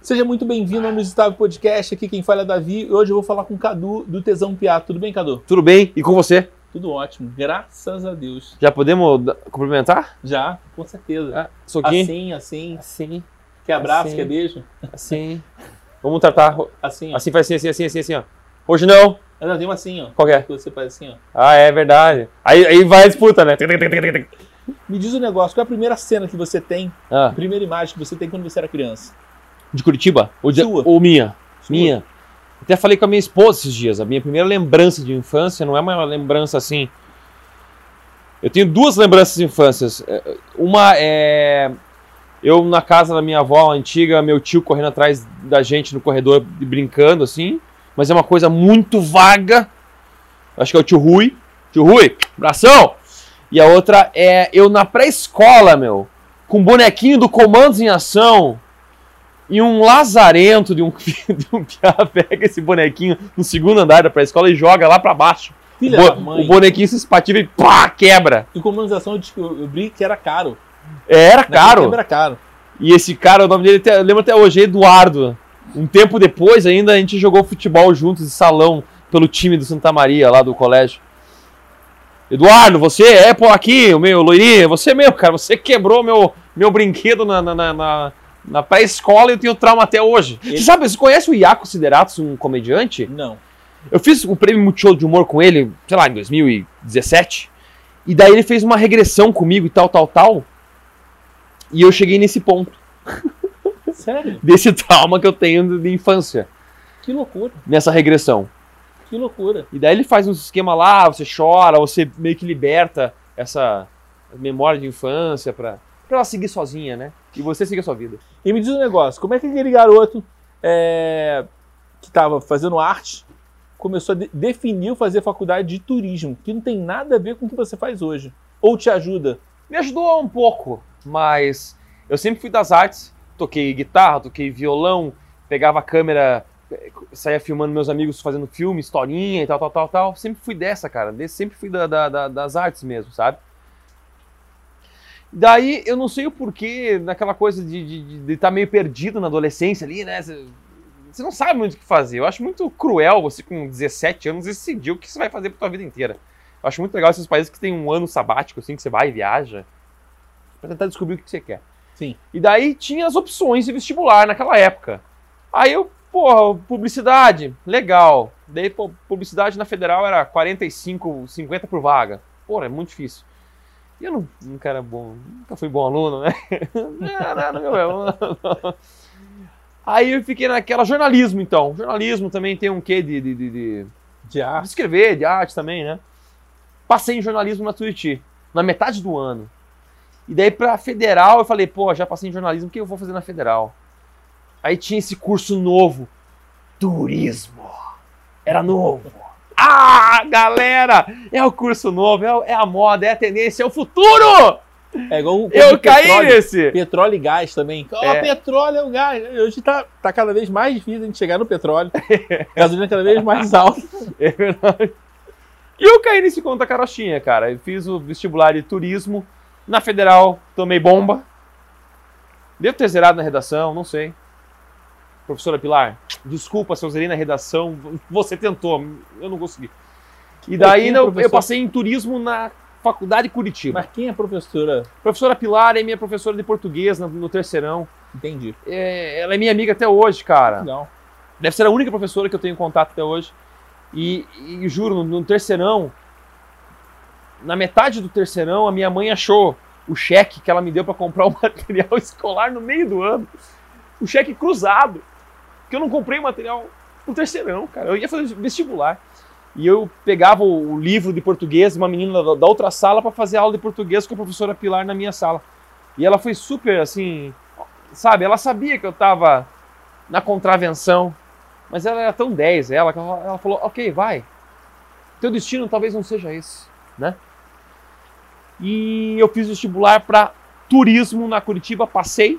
Seja muito bem-vindo ao Inusitável Podcast. Aqui quem fala é Davi e hoje eu vou falar com o Cadu do Tesão Piá. Tudo bem, Cadu? Tudo bem? E com você? Tudo ótimo, graças a Deus. Já podemos cumprimentar? Já, com certeza. Soquinho? Assim. Quer abraço, assim. quer beijo? Assim. Vamos tratar. Assim, ó. Assim faz assim, ó. Hoje não. Não, tem uma assim, ó. Qual que é? Que você faz assim, ó. Ah, é verdade. Aí vai a disputa, né? Me diz um negócio, qual é a primeira cena que você tem, a Ah, primeira imagem que você tem quando você era criança? de Curitiba? Sua. Ou minha? Sua. Minha. Até falei com a minha esposa esses dias. A minha primeira lembrança de infância não é uma lembrança assim. Eu tenho duas lembranças de infância. Uma é eu na casa da minha avó antiga, meu tio correndo atrás da gente no corredor brincando assim. Mas é uma coisa muito vaga. Acho que é o tio Rui. Tio Rui, abração! E a outra é eu na pré-escola, meu, com um bonequinho do Comandos em Ação. E um lazarento de um piá pega esse bonequinho no segundo andar da pré-escola e joga lá pra baixo. Filha da mãe. O bonequinho se espativa e pá, quebra. Em comunização eu brinquei que era caro. Era Naquele caro. tempo era caro. E esse cara, o nome dele, eu lembro até hoje, Eduardo. Um tempo depois ainda a gente jogou futebol juntos de salão pelo time do Santa Maria, lá do colégio. Eduardo, você é por aqui, o meu loirinho, você mesmo, cara, você quebrou meu brinquedo na pré-escola e eu tenho trauma até hoje. Você conhece o Iaco Sideratos, um comediante? Não. Eu fiz o prêmio Multishow de humor com ele, sei lá, em 2017. E daí ele fez uma regressão comigo e tal. E eu cheguei nesse ponto. Sério? Desse trauma que eu tenho de infância. Que loucura. Nessa regressão. Que loucura. E daí ele faz um esquema lá, você chora, você meio que liberta essa memória de infância pra ela seguir sozinha, né? E você seguir a sua vida. E me diz um negócio, como é que aquele garoto que estava fazendo arte começou a definiu fazer faculdade de turismo, que não tem nada a ver com o que você faz hoje? Ou te ajuda? Me ajudou um pouco, mas eu sempre fui das artes. Toquei guitarra, toquei violão, pegava a câmera, saía filmando meus amigos fazendo filme, historinha e tal. Sempre fui dessa, cara. Sempre fui das artes mesmo, sabe? Daí, eu não sei o porquê, naquela coisa de estar meio perdido na adolescência ali, né? Você não sabe muito o que fazer. Eu acho muito cruel você, com 17 anos, decidir o que você vai fazer pra tua vida inteira. Eu acho muito legal esses países que tem um ano sabático, assim, que você vai e viaja, pra tentar descobrir o que você quer. Sim. E daí tinha as opções de vestibular naquela época. Aí eu, publicidade, legal. Daí, publicidade na federal era 45, 50 por vaga. É muito difícil. E eu nunca era bom, nunca fui bom aluno, né? Não. Aí eu fiquei naquela jornalismo, então. Jornalismo também tem um quê de arte. Escrever, de arte também, né? Passei em jornalismo na Tuiuti, na metade do ano. E daí pra federal eu falei, já passei em jornalismo, o que eu vou fazer na federal? Aí tinha esse curso novo, turismo. Era novo. Ah, galera, é o curso novo, é a moda, é a tendência, é o futuro! É igual o eu caí nesse. Petróleo e gás também. Petróleo é o gás. Hoje tá cada vez mais difícil a gente chegar no petróleo. Gasolina cada vez mais alta. É verdade. E eu caí nesse conta carochinha, cara. Eu fiz o vestibular de turismo. Na federal, tomei bomba. Devo ter zerado na redação, não sei. Professora Pilar, desculpa se eu zerei na redação. Você tentou, eu não consegui. E daí eu passei em turismo na Faculdade Curitiba. Mas quem é a professora? Professora Pilar é minha professora de português no terceirão. Entendi. Ela é minha amiga até hoje, cara. Legal. Deve ser a única professora que eu tenho contato até hoje. E juro, no terceirão, na metade do terceirão, a minha mãe achou o cheque que ela me deu para comprar o material escolar no meio do ano. O cheque cruzado. Porque eu não comprei o material no terceirão, cara. Eu ia fazer vestibular. E eu pegava o livro de português de uma menina da outra sala para fazer aula de português com a professora Pilar na minha sala. E ela foi super, assim, sabe? Ela sabia que eu tava na contravenção. Mas ela era tão 10, ela falou, ok, vai. Teu destino talvez não seja esse, né? E eu fiz vestibular para turismo na Curitiba, passei.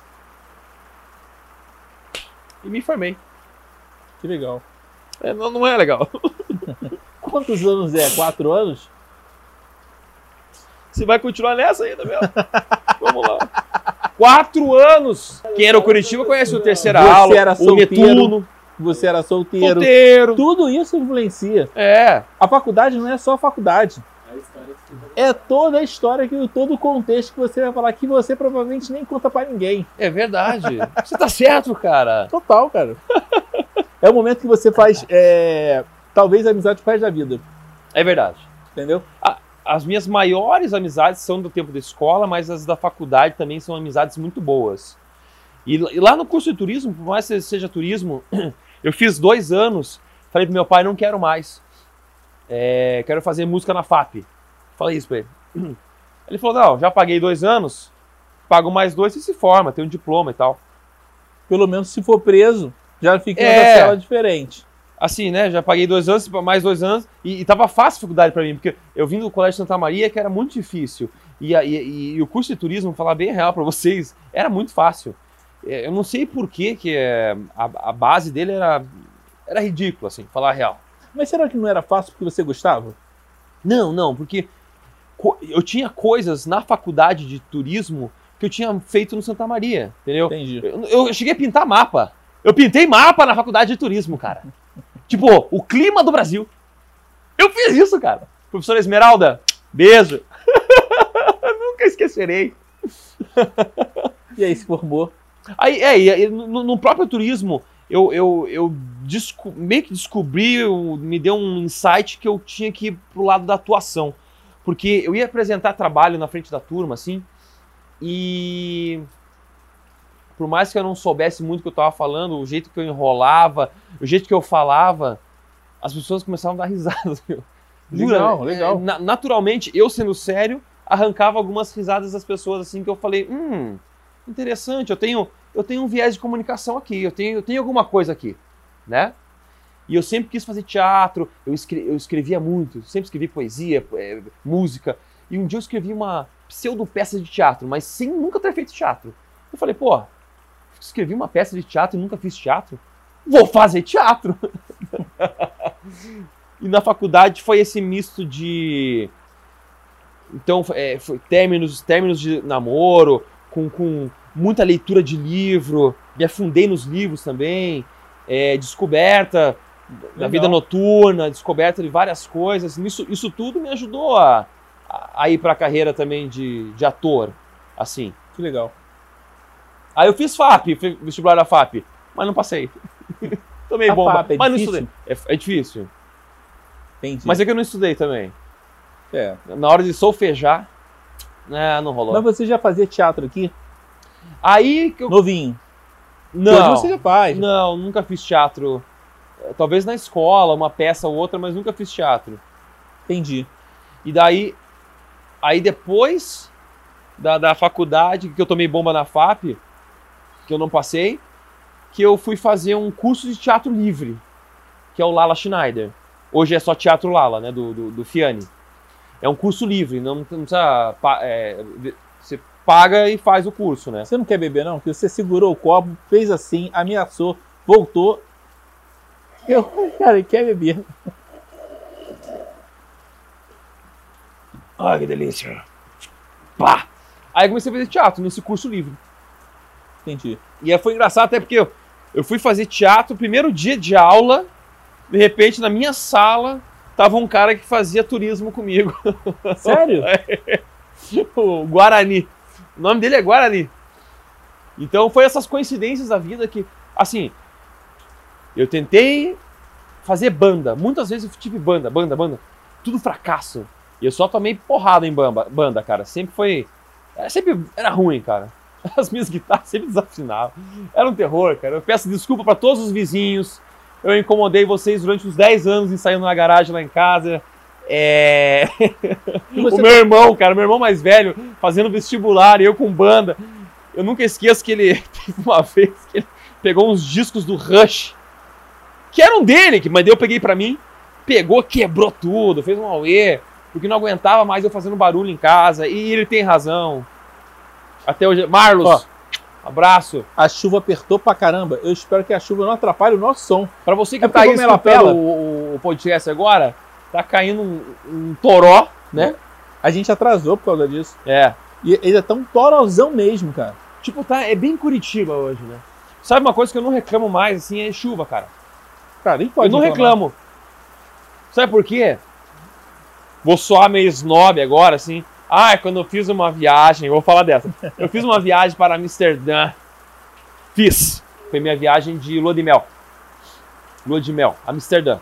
E me formei. Que legal. Não é legal. Quantos anos é? 4 anos? Você vai continuar nessa ainda, meu? Vamos lá. 4 anos! Quem era o Curitiba conhece o Terceira Você Aula, era o solteiro. Netuno. Você era solteiro. Solteiro. Tudo isso influencia. É. A faculdade não é só a faculdade. É toda a história, todo o contexto que você vai falar que você provavelmente nem conta pra ninguém. É verdade. Você tá certo, cara. Total, cara. É o momento que você faz, talvez, a amizade pro resto da vida. É verdade. Entendeu? As minhas maiores amizades são do tempo da escola, mas as da faculdade também são amizades muito boas. E lá no curso de turismo, por mais que seja turismo, eu fiz 2 anos, falei pro meu pai, não quero mais. Quero fazer música na FAP. Falei isso pra ele. Ele falou, não, já paguei 2 anos, pago mais 2 e se forma, tem um diploma e tal. Pelo menos se for preso, já fica em outra cela diferente. Assim, né, já paguei 2 anos, mais 2 anos, e tava fácil a faculdade pra mim, porque eu vim do Colégio Santa Maria, que era muito difícil. E o curso de turismo, vou falar bem real pra vocês, era muito fácil. Eu não sei por que a base dele era ridícula, assim, falar a real. Mas será que não era fácil porque você gostava? Não, porque eu tinha coisas na faculdade de turismo que eu tinha feito no Santa Maria, entendeu? Entendi. Eu cheguei a pintar mapa. Eu pintei mapa na faculdade de turismo, cara. Tipo, o clima do Brasil. Eu fiz isso, cara. Professora Esmeralda, beijo. Nunca esquecerei. E aí se formou? Aí no próprio turismo, eu meio que descobri, me deu um insight que eu tinha que ir pro lado da atuação. Porque eu ia apresentar trabalho na frente da turma, assim, e por mais que eu não soubesse muito o que eu estava falando, o jeito que eu enrolava, o jeito que eu falava, as pessoas começavam a dar risada. Legal. Naturalmente, eu sendo sério, arrancava algumas risadas das pessoas, assim, que eu falei, interessante, eu tenho um viés de comunicação aqui, eu tenho alguma coisa aqui, né? E eu sempre quis fazer teatro, eu escrevia muito, sempre escrevi poesia, música, e um dia eu escrevi uma pseudo-peça de teatro, mas sem nunca ter feito teatro. Eu falei, pô, escrevi uma peça de teatro e nunca fiz teatro? Vou fazer teatro! E na faculdade foi esse misto de... Então, foi términos de namoro, com muita leitura de livro, me afundei nos livros também, descoberta da vida noturna, descoberta de várias coisas. Isso tudo me ajudou a ir para a carreira também de ator, assim. Que legal. Aí eu fiz FAP, vestibular da FAP, mas não passei. Tomei bomba, FAP mas não estudei. É difícil. Entendi. Mas é que eu não estudei também. É. Na hora de solfejar, não rolou. Mas você já fazia teatro aqui? Aí que eu... Novinho? Não. Hoje você já faz. Não, nunca fiz teatro. Talvez na escola, uma peça ou outra, mas nunca fiz teatro. Entendi. E daí, depois da faculdade, que eu tomei bomba na FAP, que eu não passei, que eu fui fazer um curso de teatro livre, que é o Lala Schneider. Hoje é só Teatro Lala, né, do Fiani. É um curso livre, não precisa... você paga e faz o curso, né? Você não quer beber, não? Porque você segurou o copo, fez assim, ameaçou, voltou. Cara, ele quer beber. Ai, que delícia. Pá! Aí eu comecei a fazer teatro nesse curso livre. Entendi. E aí foi engraçado até porque eu fui fazer teatro, primeiro dia de aula, de repente na minha sala tava um cara que fazia turismo comigo. Sério? O Guarani. O nome dele é Guarani. Então foi essas coincidências da vida que, assim, eu tentei fazer banda. Muitas vezes eu tive banda. Tudo fracasso. E eu só tomei porrada em banda, cara. Sempre era ruim, cara. As minhas guitarras sempre desafinavam. Era um terror, cara. Eu peço desculpa pra todos os vizinhos. Eu incomodei vocês durante uns 10 anos ensaiando na garagem lá em casa. O meu irmão, cara, meu irmão mais velho, fazendo vestibular, eu com banda. Eu nunca esqueço que ele, uma vez, que ele pegou uns discos do Rush, que eram dele, mas eu peguei pra mim, pegou, quebrou tudo, fez um auê, porque não aguentava mais eu fazendo barulho em casa, e ele tem razão. Até hoje, Marlos, abraço. A chuva apertou pra caramba, eu espero que a chuva não atrapalhe o nosso som. Pra você que tá aí escutando o podcast agora, tá caindo um toró, né? A gente atrasou por causa disso. É. E ele é tão torozão mesmo, cara. Tipo, tá, é bem Curitiba hoje, né? Sabe uma coisa que eu não reclamo mais, assim, é chuva, cara. Cara, nem pode Eu não reclamar. reclamo. Sabe por quê? Vou soar meio snob agora, assim. Ah, quando eu fiz uma viagem, eu vou falar dessa. Eu fiz uma viagem para Amsterdã. Fiz. Foi minha viagem de lua de mel. Lua de mel, Amsterdã.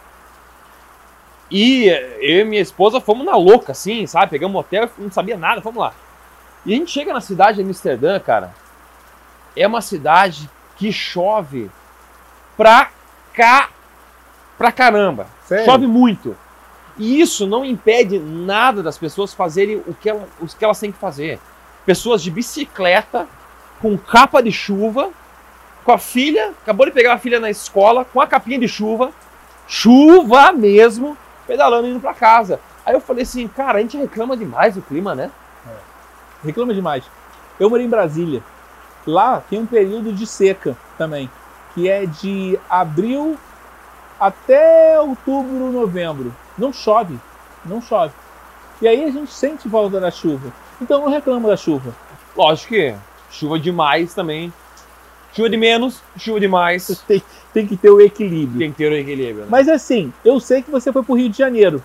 E eu e minha esposa fomos na louca, assim, sabe? Pegamos um hotel, não sabia nada, fomos lá. E a gente chega na cidade de Amsterdã, cara. É uma cidade que chove pra caramba. Sério? Chove muito. E isso não impede nada das pessoas fazerem o que elas têm que fazer. Pessoas de bicicleta, com capa de chuva, com a filha, acabou de pegar a filha na escola, com a capinha de chuva, chuva mesmo, pedalando indo pra casa. Aí eu falei assim, cara, a gente reclama demais do clima, né? Reclama demais. Eu morei em Brasília. Lá tem um período de seca também, que é de abril até outubro, novembro. Não chove, não chove. E aí a gente sente falta da chuva. Então eu não reclamo da chuva. Lógico que chuva demais também. Chuva de menos, chuva demais. Tem que ter o equilíbrio. Tem que ter o equilíbrio. Né? Mas assim, eu sei que você foi pro Rio de Janeiro.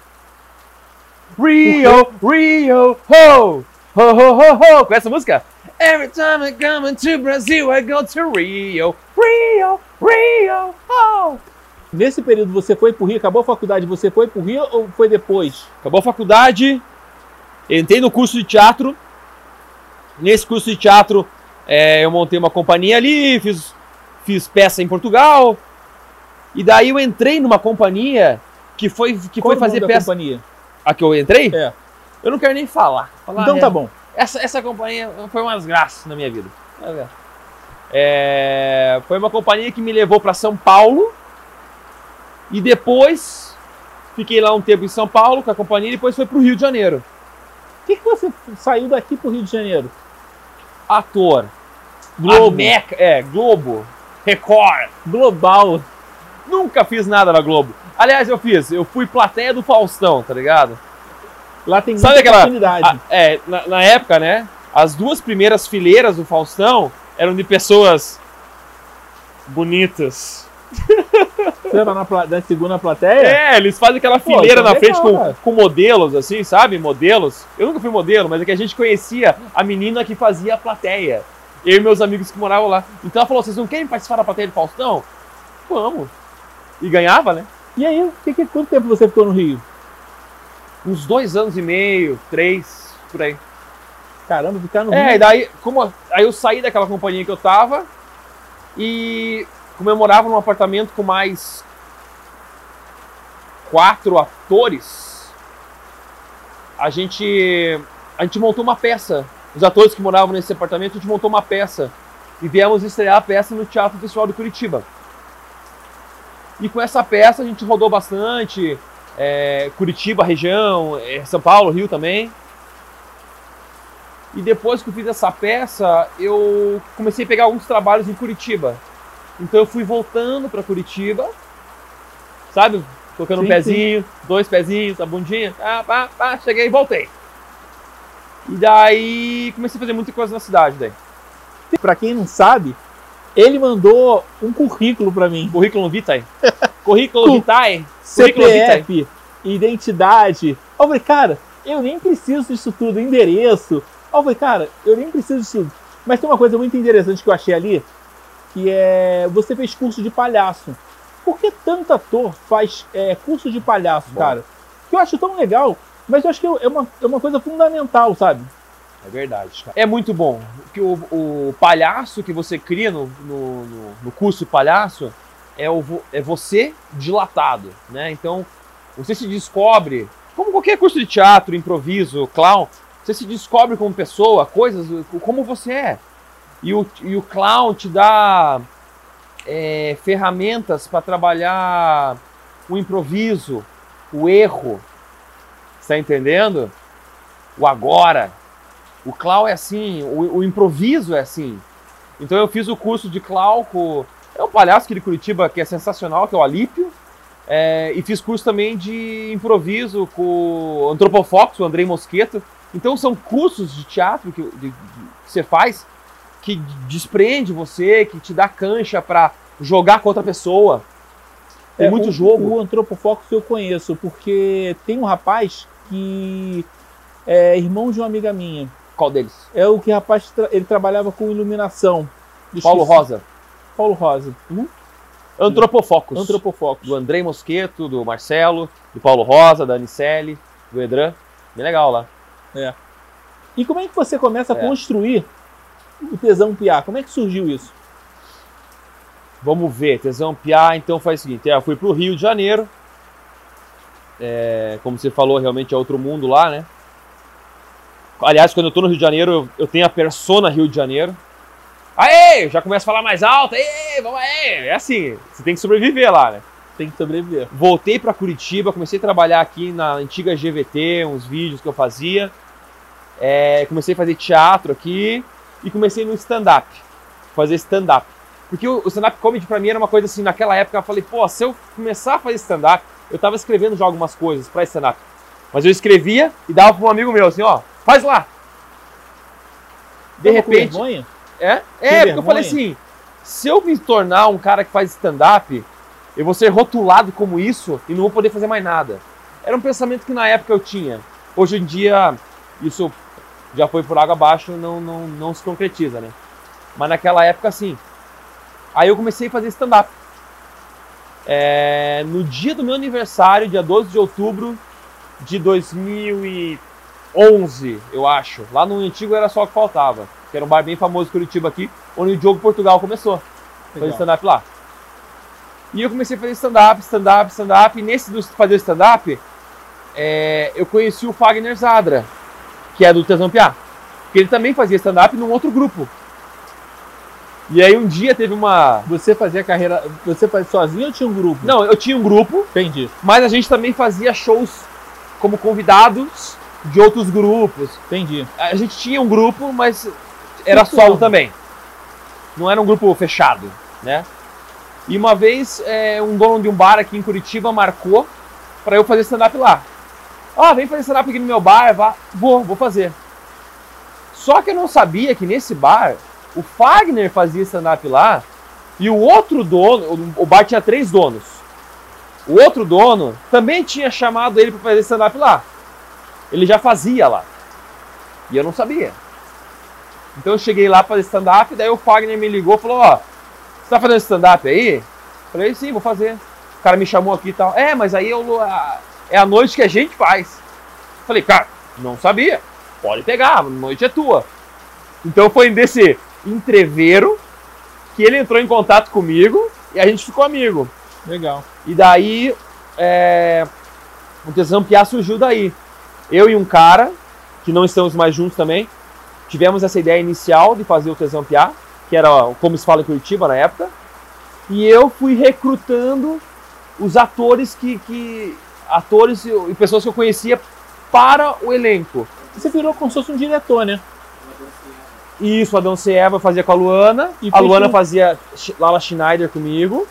Rio, Rio, ho, ho, ho, ho, ho. Com essa música? Every time I come to Brazil, I go to Rio, Rio, Rio, ho. Nesse período você foi pro Rio, acabou a faculdade, você foi pro Rio ou foi depois? Acabou a faculdade, entrei no curso de teatro. Nesse curso de teatro, eu montei uma companhia ali, fiz peça em Portugal. E daí eu entrei numa companhia que foi fazer peça. Companhia? A que eu entrei? É. Eu não quero nem falar. Então tá bom. Essa companhia foi umas graças na minha vida. Foi uma companhia que me levou para São Paulo. E depois fiquei lá um tempo em São Paulo com a companhia e depois foi pro Rio de Janeiro. Por que você saiu daqui pro Rio de Janeiro? Ator. Globo. Globo. Record. Global. Nunca fiz nada na Globo. Aliás, eu fui plateia do Faustão, tá ligado? Lá tem Sabe muita aquela oportunidade. Na época, né? As duas primeiras fileiras do Faustão eram de pessoas bonitas. Você era na segunda plateia? Eles fazem aquela fileira então na legal, frente cara. com modelos, assim, sabe? Modelos. Eu nunca fui modelo, mas é que a gente conhecia a menina que fazia a plateia. Eu e meus amigos que moravam lá. Então ela falou, vocês não querem participar da plateia do Faustão? Vamos. E ganhava, né? E aí, quanto tempo você ficou no Rio? Uns 2 anos e meio, 3, por aí. Caramba, ficar no Rio. E daí, aí eu saí daquela companhia que eu tava e como eu morava num apartamento com mais 4 atores, a gente montou uma peça. Os atores que moravam nesse apartamento, a gente montou uma peça. E viemos estrear a peça no Teatro Festival de Curitiba. E com essa peça a gente rodou bastante. Curitiba, região, São Paulo, Rio também. E depois que eu fiz essa peça, eu comecei a pegar alguns trabalhos em Curitiba. Então eu fui voltando para Curitiba, sabe? Colocando um pezinho, 2 pezinhos, a bundinha, cheguei e voltei. E daí comecei a fazer muita coisa na cidade daí. Pra quem não sabe, ele mandou um currículo pra mim. Currículo vitae. Currículo vitae. CPF, identidade. Eu falei, cara, eu nem preciso disso tudo, endereço. Eu falei, cara, eu nem preciso disso tudo. Mas tem uma coisa muito interessante que eu achei ali, que é, você fez curso de palhaço. Por que tanto ator faz curso de palhaço, cara? Que eu acho tão legal, mas eu acho que é uma coisa fundamental, sabe? É verdade, cara. É muito bom. Que o palhaço que você cria no curso de palhaço é você dilatado, né? Então, você se descobre, como qualquer curso de teatro, improviso, clown, você se descobre como pessoa, coisas, como você é. E o clown te dá ferramentas para trabalhar o improviso, o erro. Você tá entendendo? O agora. O clown é assim, o improviso é assim. Então eu fiz o curso de clown com... É um palhaço aqui de Curitiba que é sensacional, que é o Alípio. E fiz curso também de improviso com o Antropofox, o Andrei Mosqueto. Então são cursos de teatro que você faz que desprende você, que te dá cancha pra jogar com outra pessoa. Tem muito jogo. O Antropofocus eu conheço, porque tem um rapaz que é irmão de uma amiga minha. Qual deles? É o que rapaz, ele trabalhava com iluminação. Paulo Rosa. Paulo Rosa. Antropofocus. Antropofocus. Do Andrei Mosqueto, do Marcelo, do Paulo Rosa, da Anicelli, do Edran. Bem legal lá. É. E como é que você começa a construir o Tesão Piá? Como é que surgiu isso? Vamos ver, Tesão Piá, então faz o seguinte, eu fui pro Rio de Janeiro, como você falou, realmente é outro mundo lá, né? Aliás, quando eu tô no Rio de Janeiro, eu tenho a persona Rio de Janeiro. Aê, já começo a falar mais alto, aê, vamos aí, é assim, você tem que sobreviver lá, né? Tem que sobreviver. Voltei pra Curitiba, comecei a trabalhar aqui na antiga GVT, uns vídeos que eu fazia, comecei a fazer teatro aqui e comecei no stand-up, fazer stand-up. Porque o stand-up comedy pra mim era uma coisa assim, naquela época eu falei, pô, se eu começar a fazer stand-up, eu tava escrevendo já algumas coisas pra stand-up. Mas eu escrevia e dava pra um amigo meu assim, ó, faz lá. De repente... Com vergonha? Porque eu falei assim, se eu me tornar um cara que faz stand-up, eu vou ser rotulado como isso e não vou poder fazer mais nada. Era um pensamento que na época eu tinha. Hoje em dia, isso já foi por água abaixo, não se concretiza, né? Mas naquela época, sim. Aí eu comecei a fazer stand-up. No dia do meu aniversário, dia 12 de outubro de 2011, eu acho. Lá no antigo era Só o que Faltava, que era um bar bem famoso em Curitiba aqui, onde o Diogo Portugal começou. Fazer stand-up lá. E eu comecei a fazer stand-up. E nesse do fazer stand-up, eu conheci o Fagner Zadra, que é do Tesão Piá. Porque ele também fazia stand-up num outro grupo. E aí um dia teve uma... Você fazia carreira... Você fazia sozinho ou tinha um grupo? Não, eu tinha um grupo. Entendi. Mas a gente também fazia shows como convidados de outros grupos. Entendi. A gente tinha um grupo, mas era solo também. Não era um grupo fechado, né? E uma vez um dono de um bar aqui em Curitiba marcou pra eu fazer stand-up lá. Vem fazer stand-up aqui no meu bar, vou fazer. Só que eu não sabia que nesse bar... O Fagner fazia stand-up lá e o outro dono, o bar tinha 3 donos. O outro dono também tinha chamado ele para fazer stand-up lá. Ele já fazia lá. E eu não sabia. Então eu cheguei lá para fazer stand-up, daí o Fagner me ligou e falou, você tá fazendo stand-up aí? Eu falei, sim, vou fazer. O cara me chamou aqui e tal. Mas aí é a noite que a gente faz. Eu falei, cara, não sabia. Pode pegar, a noite é tua. Então foi desse entreveiro que ele entrou em contato comigo e a gente ficou amigo. Legal. E daí o Tesão Piá surgiu daí. Eu e um cara, que não estamos mais juntos também, tivemos essa ideia inicial de fazer o Tesão Piá, que era como se fala em Curitiba na época, e eu fui recrutando os atores atores e pessoas que eu conhecia para o elenco. Você virou como se fosse um diretor, né? Isso, a Adão C. Eva fazia com a Luana. A Luana fazia Lala Schneider comigo.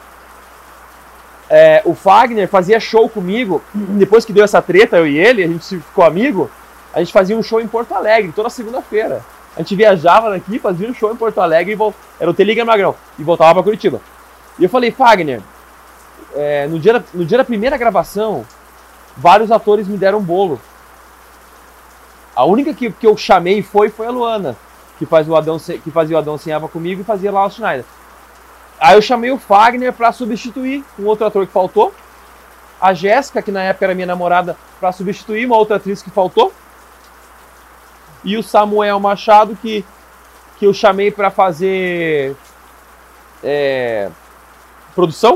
O Fagner fazia show comigo. Depois que deu essa treta, eu e ele, a gente ficou amigo. A gente fazia um show em Porto Alegre, toda segunda-feira. A gente viajava daqui, fazia um show em Porto Alegre, era o Teliga Magrão, e voltava para Curitiba. E eu falei, Fagner, no dia da primeira gravação, vários atores me deram um bolo. A única que eu chamei foi a Luana, que fazia o Adão Sem Eva comigo e fazia Lala Schneider. Aí eu chamei o Fagner para substituir um outro ator que faltou. A Jéssica, que na época era minha namorada, para substituir uma outra atriz que faltou. E o Samuel Machado, que eu chamei para fazer produção.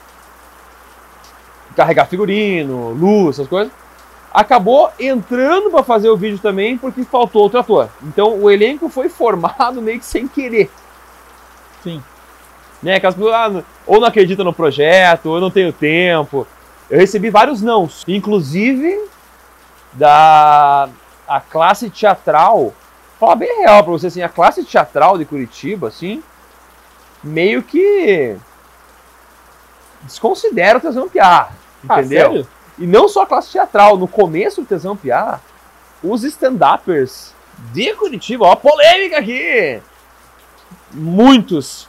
Carregar figurino, luz, essas coisas. Acabou entrando para fazer o vídeo também porque faltou outro ator. Então o elenco foi formado meio que sem querer. Sim. Né? Aquelas pessoas ou não acreditam no projeto, ou não tenho tempo. Eu recebi vários nãos. Inclusive a classe teatral. Vou falar bem real para você, assim, a classe teatral de Curitiba, assim, meio que desconsidera o Tesão Piá. Entendeu? Sério? E não só a classe teatral, no começo do Tesão Piá, os stand-uppers de Curitiba, ó, polêmica aqui! muitos...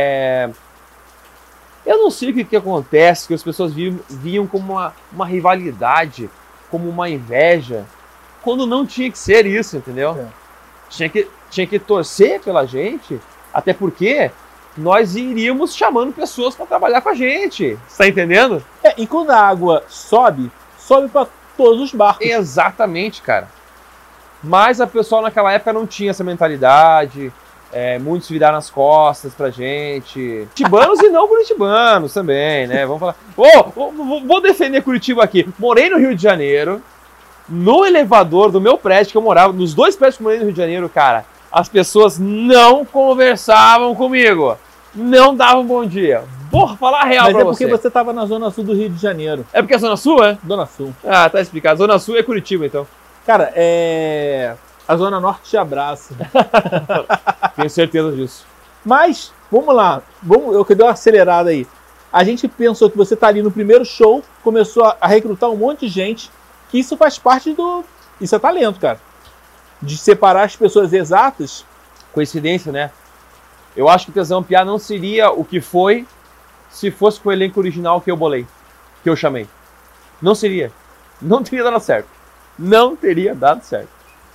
Eu não sei o que acontece, que as pessoas viam como uma rivalidade, como uma inveja, quando não tinha que ser isso, entendeu? Tinha que torcer pela gente, até porque nós iríamos chamando pessoas para trabalhar com a gente, você tá entendendo? E quando a água sobe para todos os barcos. Exatamente, cara. Mas a pessoa naquela época não tinha essa mentalidade, muitos viraram as costas pra gente. Curitibanos e não curitibanos também, né? Vamos falar. Vou defender Curitiba aqui. Morei no Rio de Janeiro, no elevador do meu prédio que eu morava, nos 2 prédios que eu morei no Rio de Janeiro, cara, as pessoas não conversavam comigo, não davam bom dia. Vou falar a real pra você. Mas é porque você tava na Zona Sul do Rio de Janeiro. É porque é Zona Sul, é? Zona Sul. Ah, tá explicado. Zona Sul é Curitiba, então. Cara, a Zona Norte te abraça. Tenho certeza disso. Mas, vamos lá. Eu que dei uma acelerada aí. A gente pensou que você tá ali no primeiro show, começou a recrutar um monte de gente, que isso faz parte do... Isso é talento, cara. De separar as pessoas exatas. Coincidência, né? Eu acho que o Tesão Piá não seria o que foi se fosse com o elenco original que eu bolei, que eu chamei. Não seria. Não teria dado certo. Não teria dado certo.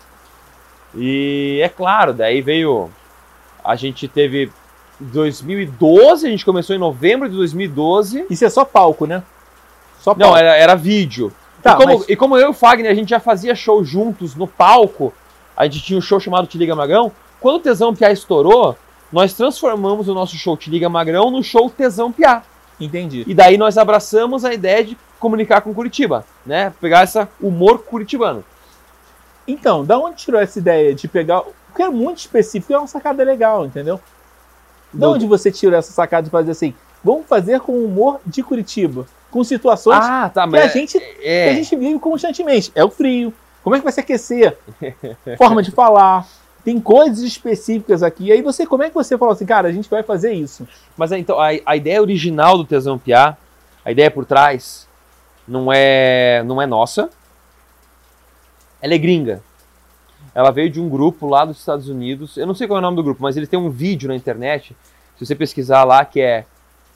E é claro, daí veio... A gente teve 2012, a gente começou em novembro de 2012. Isso é só palco, né? Só palco. Não, era vídeo. Tá, e como eu e o Fagner, a gente já fazia show juntos no palco, a gente tinha um show chamado Te Liga Magrão. Quando o Tesão Piá estourou, nós transformamos o nosso show Te Liga Magrão no show Tesão Piá. Entendi. E daí nós abraçamos a ideia de comunicar com Curitiba, né? Pegar esse humor curitibano. Então, da onde tirou essa ideia de pegar... Porque é muito específico, é uma sacada legal, entendeu? De onde você tirou essa sacada de fazer assim, vamos fazer com humor de Curitiba, com situações que a gente vive constantemente. É o frio, como é que vai se aquecer? Forma de falar, tem coisas específicas aqui. E aí como é que você falou assim, cara, a gente vai fazer isso? Mas então, a ideia original do Tesão Piá, a ideia por trás, não é nossa. Ela é gringa. Ela veio de um grupo lá dos Estados Unidos. Eu não sei qual é o nome do grupo, mas eles têm um vídeo na internet. Se você pesquisar lá, que é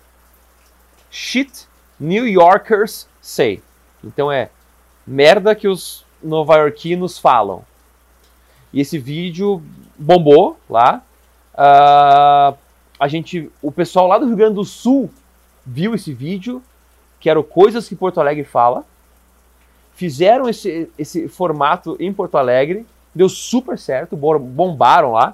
Shit New Yorkers Say. Então é merda que os nova-iorquinos falam. E esse vídeo bombou lá. O pessoal lá do Rio Grande do Sul viu esse vídeo, que era o Coisas que Porto Alegre Fala. Fizeram esse formato em Porto Alegre. Deu super certo, bombaram lá.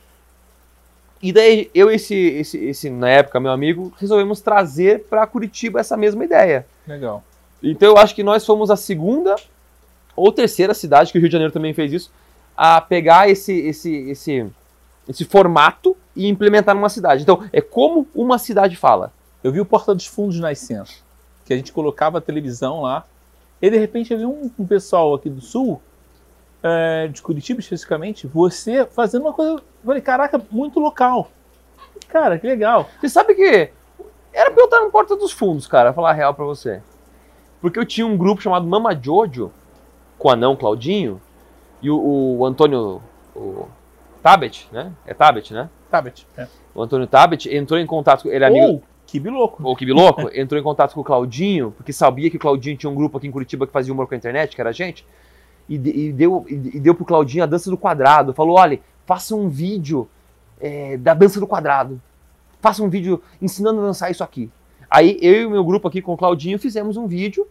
E daí eu e na época, meu amigo, resolvemos trazer para Curitiba essa mesma ideia. Legal. Então eu acho que nós fomos a segunda ou terceira cidade, que o Rio de Janeiro também fez isso, a pegar esse formato e implementar numa cidade. Então, é como uma cidade fala. Eu vi o Porta dos Fundos nascendo, que a gente colocava a televisão lá, e de repente eu vi um pessoal aqui do Sul, de Curitiba especificamente, você fazendo uma coisa, eu falei, caraca, muito local. Cara, que legal. Você sabe que era pra eu estar no Porta dos Fundos, cara, falar a real pra você. Porque eu tinha um grupo chamado Mama Jojo, com o anão Claudinho, e o Antônio Tabet, né? É Tabet, né? Tabet, é. O Antônio Tabet entrou em contato, ele é amigo... Kibiloco. O Kibiloco entrou em contato com o Claudinho, porque sabia que o Claudinho tinha um grupo aqui em Curitiba que fazia humor com a internet, que era a gente, e deu pro Claudinho a dança do quadrado. Falou, olha, faça um vídeo da dança do quadrado. Faça um vídeo ensinando a dançar isso aqui. Aí eu e o meu grupo aqui com o Claudinho fizemos um vídeo.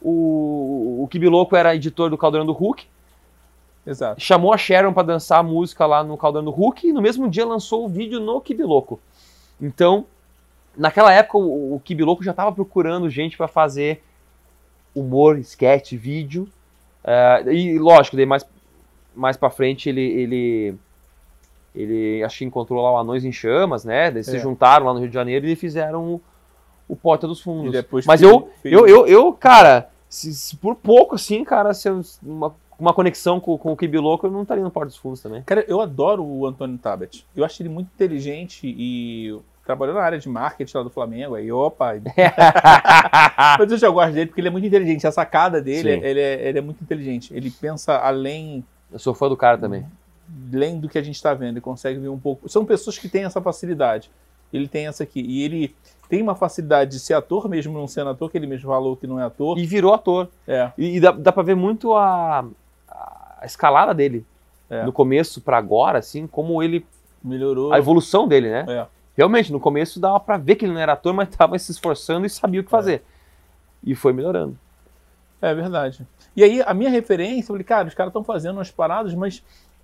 O Kibiloco era editor do Caldeirão do Hulk. Exato. Chamou a Sharon para dançar a música lá no Caldeirão do Hulk e no mesmo dia lançou o vídeo no Kibiloco. Então, naquela época o Kibiloco já estava procurando gente para fazer humor, sketch, vídeo. E lógico, daí mais para frente ele acho que encontrou lá o Anões em Chamas, né? Daí se juntaram lá no Rio de Janeiro e fizeram o Porta dos Fundos. Mas eu cara, se por pouco assim, cara, se uma conexão com o Kibiloco, eu não estaria no Porta dos Fundos também. Cara, eu adoro o Antônio Tabet. Eu acho ele muito inteligente e trabalhou na área de marketing lá do Flamengo. Aí, opa! Mas eu já gosto dele porque ele é muito inteligente. A sacada dele, ele é muito inteligente. Ele pensa além... Eu sou fã do cara também. além do que a gente está vendo, ele consegue ver um pouco. São pessoas que têm essa facilidade. Ele tem essa aqui. E ele tem uma facilidade de ser ator, mesmo não sendo ator, que ele mesmo falou que não é ator. E virou ator. É. E dá pra ver muito a escalada dele. Do começo pra agora, assim, como ele... Melhorou. A evolução dele, né? É. Realmente, no começo dava pra ver que ele não era ator, mas tava se esforçando e sabia o que fazer. E foi melhorando. É verdade. E aí, a minha referência, eu falei, cara, os caras estão fazendo umas paradas, mas...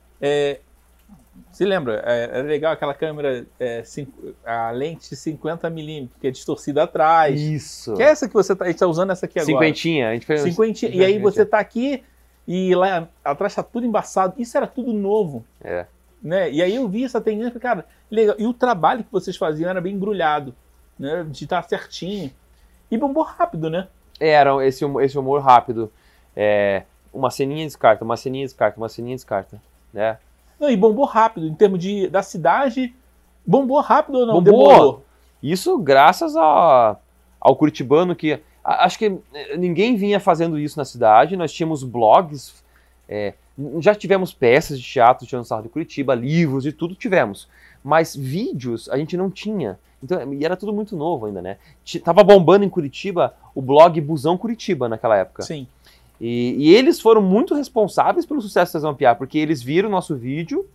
Você lembra? Era legal aquela câmera, a lente 50mm, que é distorcida atrás. Isso. Que é essa que você tá... A gente tá usando essa aqui agora. Cinquentinha. A gente fez Cinquentinha. E aí você tá aqui e lá atrás tá tudo embaçado. Isso era tudo novo. É. Né? E aí eu vi essa tendência e falei, cara, legal. E o trabalho que vocês faziam era bem embrulhado, né? De estar certinho. E bombou rápido, né? Era esse humor rápido. Uma ceninha descarta, uma ceninha descarta, uma ceninha descarta. Né? Não, e bombou rápido, em termos da cidade. Bombou rápido ou não? Bombou. Demorou. Isso graças ao curitibano que... Acho que ninguém vinha fazendo isso na cidade. Nós tínhamos blogs, já tivemos peças de teatro tirando sarro de Curitiba, livros e tudo tivemos. Mas vídeos a gente não tinha. Então, e era tudo muito novo ainda, né? Tava bombando em Curitiba o blog Busão Curitiba naquela época. Sim. E eles foram muito responsáveis pelo sucesso da Tesão Piá, porque eles viram o nosso vídeo,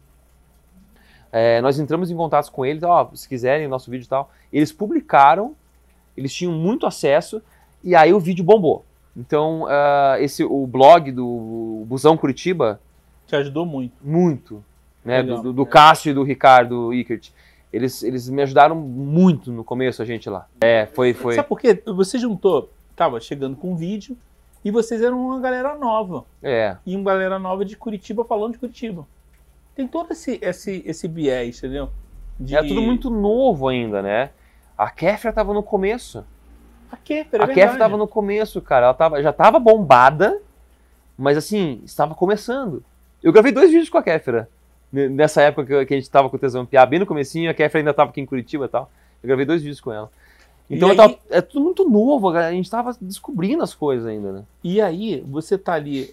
nós entramos em contato com eles, se quiserem o nosso vídeo e tal. Eles publicaram, eles tinham muito acesso, e aí o vídeo bombou. Então, o blog do Busão Curitiba... Te ajudou muito. Muito. Né? Do Cássio e do Ricardo Ickert. Eles me ajudaram muito no começo, a gente lá. Foi. Sabe por quê? Você tava chegando com um vídeo, e vocês eram uma galera nova. E uma galera nova de Curitiba falando de Curitiba. Tem todo esse viés, entendeu? É tudo muito novo ainda, né? A Kéfera tava no começo. A Kéfera tava no começo, cara. Ela já tava bombada, mas assim, estava começando. Eu gravei 2 vídeos com a Kéfera. Nessa época que a gente tava com o Tesão Piá, bem no comecinho, a Kéfera ainda tava aqui em Curitiba e tal. Eu gravei 2 vídeos com ela. Então é tudo muito novo, a gente tava descobrindo as coisas ainda, né? E aí, você tá ali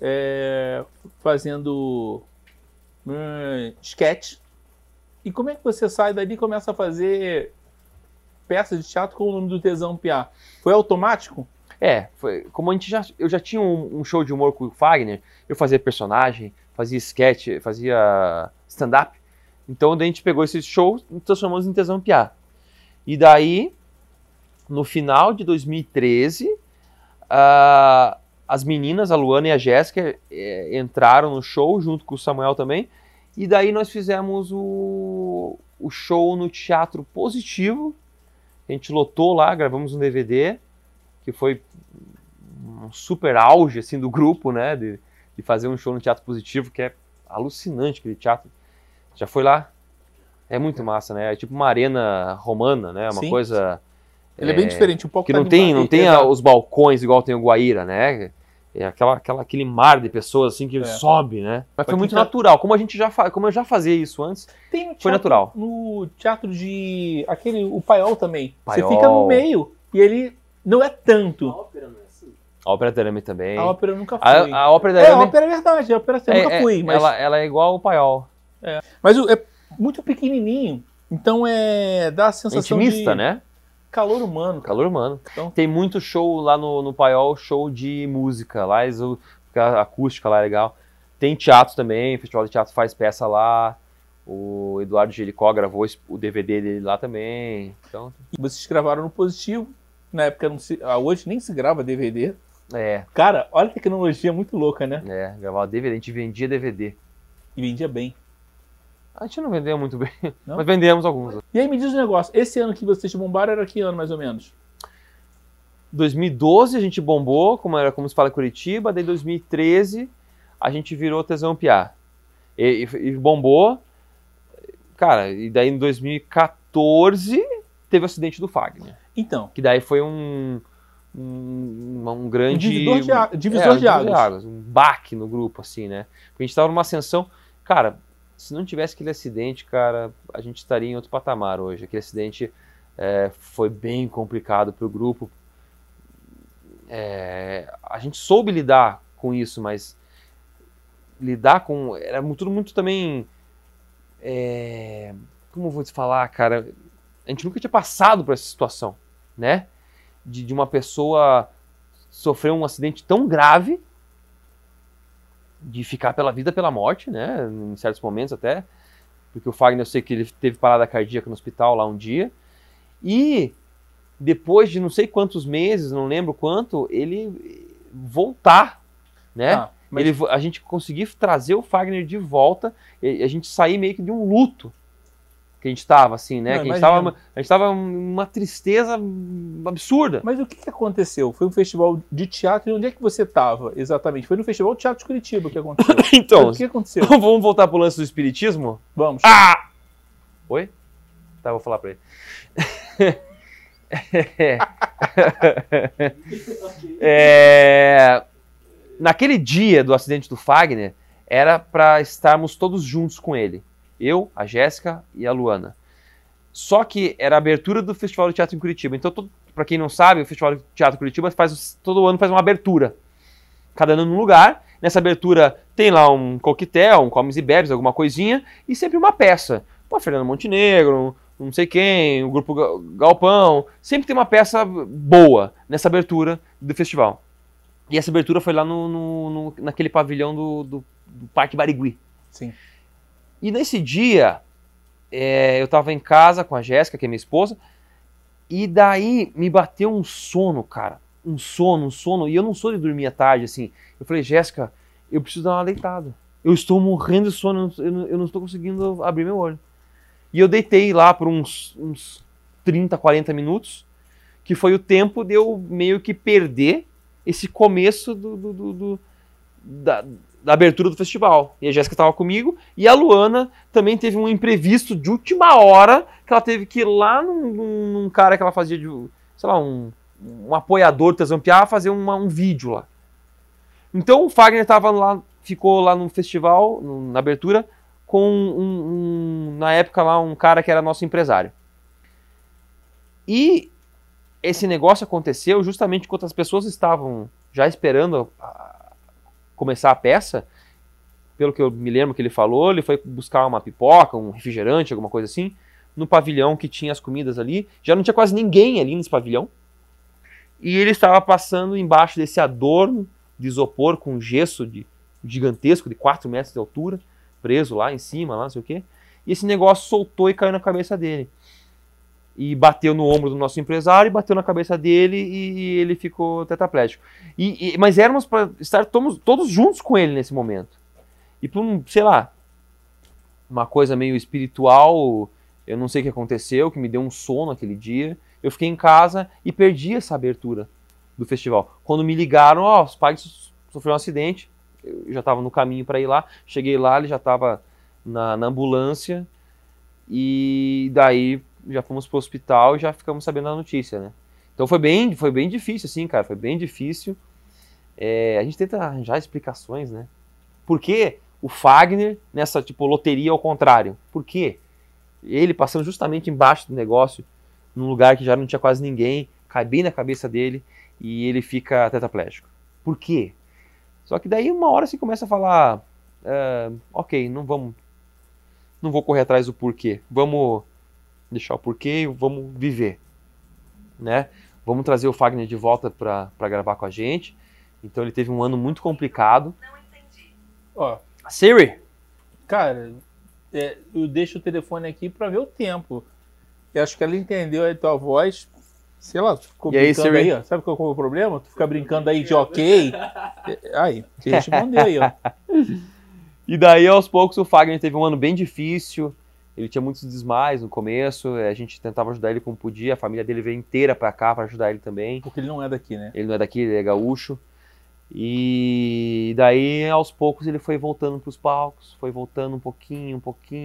fazendo sketch. E como é que você sai dali e começa a fazer peças de teatro com o nome do Tesão Piá? Foi automático? Foi. Como eu já tinha um show de humor com o Fagner, eu fazia personagem, fazia sketch, fazia stand-up. Então daí a gente pegou esses shows e transformamos em Tesão Piá. E daí, no final de 2013, as meninas, a Luana e a Jéssica, entraram no show junto com o Samuel também. E daí nós fizemos o show no Teatro Positivo. A gente lotou lá, gravamos um DVD, que foi um super auge assim, do grupo, né? De fazer um show no Teatro Positivo, que é alucinante aquele teatro. Já foi lá? É muito massa, né? É tipo uma arena romana, né? Uma coisa... Ele é bem diferente, um pouco... Que não tem os balcões igual tem o Guaíra, né? É aquele mar de pessoas assim que sobe, né? Mas foi muito natural. Como eu já fazia isso antes, foi natural. No teatro o Paiol também. Você fica no meio e ele não é tanto. A ópera não é assim? A Ópera da Arame também. A ópera eu nunca fui. A Ópera da Arame... a ópera é verdade. A ópera eu nunca fui. Mas... Ela é igual ao Paiol. Mas é muito pequenininho. Então dá a sensação intimista, né? Calor humano. Calor humano. Então... Tem muito show lá no Paiol, show de música. Lá a acústica lá é legal. Tem teatro também, o Festival de Teatro faz peça lá. O Eduardo Jericó gravou o DVD dele lá também. Então... Vocês gravaram no Positivo. Na época, hoje nem se grava DVD. É. Cara, olha a tecnologia muito louca, né? Gravava DVD, a gente vendia DVD. E vendia bem. A gente não vendeu muito bem, não? Mas vendemos alguns. E aí me diz um negócio, esse ano que vocês bombaram era que ano mais ou menos? 2012 a gente bombou, como se fala em Curitiba, daí 2013 a gente virou Tesão Piá. E bombou, cara, e daí em 2014 teve o acidente do Fagner. Então. Que daí foi um grande... divisor de águas. Um baque no grupo, assim, né? Porque a gente tava numa ascensão... Cara, se não tivesse aquele acidente, cara, a gente estaria em outro patamar hoje. Aquele acidente foi bem complicado pro grupo. A gente soube lidar com isso, mas lidar com... Era tudo muito também Como eu vou te falar, cara? A gente nunca tinha passado por essa situação, né? De uma pessoa sofrer um acidente tão grave, de ficar pela vida, pela morte, né? Em certos momentos até. Porque o Fagner, eu sei que ele teve parada cardíaca no hospital lá um dia. E depois de não sei quantos meses, não lembro quanto, ele voltar, né? A gente conseguir trazer o Fagner de volta, a gente sair meio que de um luto que a gente estava, assim, né? Que a gente tava uma tristeza absurda. Mas o que aconteceu? Foi um festival de teatro, e onde é que você estava exatamente? Foi no Festival de Teatro de Curitiba que aconteceu. Então, o que aconteceu? Vamos voltar pro lance do espiritismo? Vamos. Ah! Oi? Tá, vou falar pra ele. Naquele dia do acidente do Fagner, era para estarmos todos juntos com ele. Eu, a Jéssica e a Luana. Só que era a abertura do Festival de Teatro em Curitiba. Então, para quem não sabe, o Festival de Teatro em Curitiba todo ano faz uma abertura. Cada ano num lugar. Nessa abertura tem lá um coquetel, um comes e bebes, alguma coisinha, e sempre uma peça. Pô, Fernando Montenegro, não sei quem, o Grupo Galpão. Sempre tem uma peça boa nessa abertura do festival. E essa abertura foi lá naquele pavilhão do Parque Barigui. Sim. E nesse dia, eu tava em casa com a Jéssica, que é minha esposa, e daí me bateu um sono, cara. Um sono, e eu não sou de dormir à tarde, assim. Eu falei, Jéssica, eu preciso dar uma deitada. Eu estou morrendo de sono, eu não estou conseguindo abrir meu olho. E eu deitei lá por uns 30, 40 minutos, que foi o tempo de eu meio que perder esse começo da abertura do festival. E a Jéssica estava comigo, e a Luana também teve um imprevisto de última hora, que ela teve que ir lá num cara que ela fazia de, sei lá, um apoiador do Tesão Piá, fazer um vídeo lá. Então o Fagner ficou lá no festival, na abertura, com na época lá um cara que era nosso empresário. E esse negócio aconteceu justamente enquanto as pessoas estavam já esperando começar a peça. Pelo que eu me lembro que ele falou, ele foi buscar uma pipoca, um refrigerante, alguma coisa assim, no pavilhão que tinha as comidas ali. Já não tinha quase ninguém ali nesse pavilhão. E ele estava passando embaixo desse adorno de isopor com gesso gigantesco, de 4 metros de altura, preso lá em cima, lá não sei o quê. E esse negócio soltou e caiu na cabeça dele. E bateu no ombro do nosso empresário, bateu na cabeça dele e ele ficou tetraplégico. Mas éramos para estar todos juntos com ele nesse momento. E por sei lá, uma coisa meio espiritual, eu não sei o que aconteceu, que me deu um sono aquele dia. Eu fiquei em casa e perdi essa abertura do festival. Quando me ligaram, os pais sofreram um acidente, eu já estava no caminho para ir lá, cheguei lá, ele já estava na ambulância, e daí já fomos pro hospital e já ficamos sabendo da notícia, né? Então foi bem difícil, assim, cara, foi bem difícil. A gente tenta arranjar explicações, né? Por que o Fagner nessa, loteria ao contrário? Por quê? Ele passando justamente embaixo do negócio, num lugar que já não tinha quase ninguém, cai bem na cabeça dele e ele fica tetraplégico. Por quê? Só que daí uma hora você começa a falar, ok, não vou correr atrás do porquê, vamos deixar o porquê e vamos viver, né? Vamos trazer o Fagner de volta para gravar com a gente. Então ele teve um ano muito complicado. Não entendi. Siri? Cara, eu deixo o telefone aqui para ver o tempo. Eu acho que ela entendeu a tua voz. Sei lá, tu ficou brincando aí, ó. Sabe qual é o problema? Tu fica brincando aí de ok. Aí, te respondeu aí, ó. E daí, aos poucos, o Fagner teve um ano bem difícil. Ele tinha muitos desmaios no começo. A gente tentava ajudar ele como podia. A família dele veio inteira pra cá pra ajudar ele também. Porque ele não é daqui, né? Ele não é daqui, ele é gaúcho. E daí, aos poucos, ele foi voltando pros palcos. Foi voltando um pouquinho.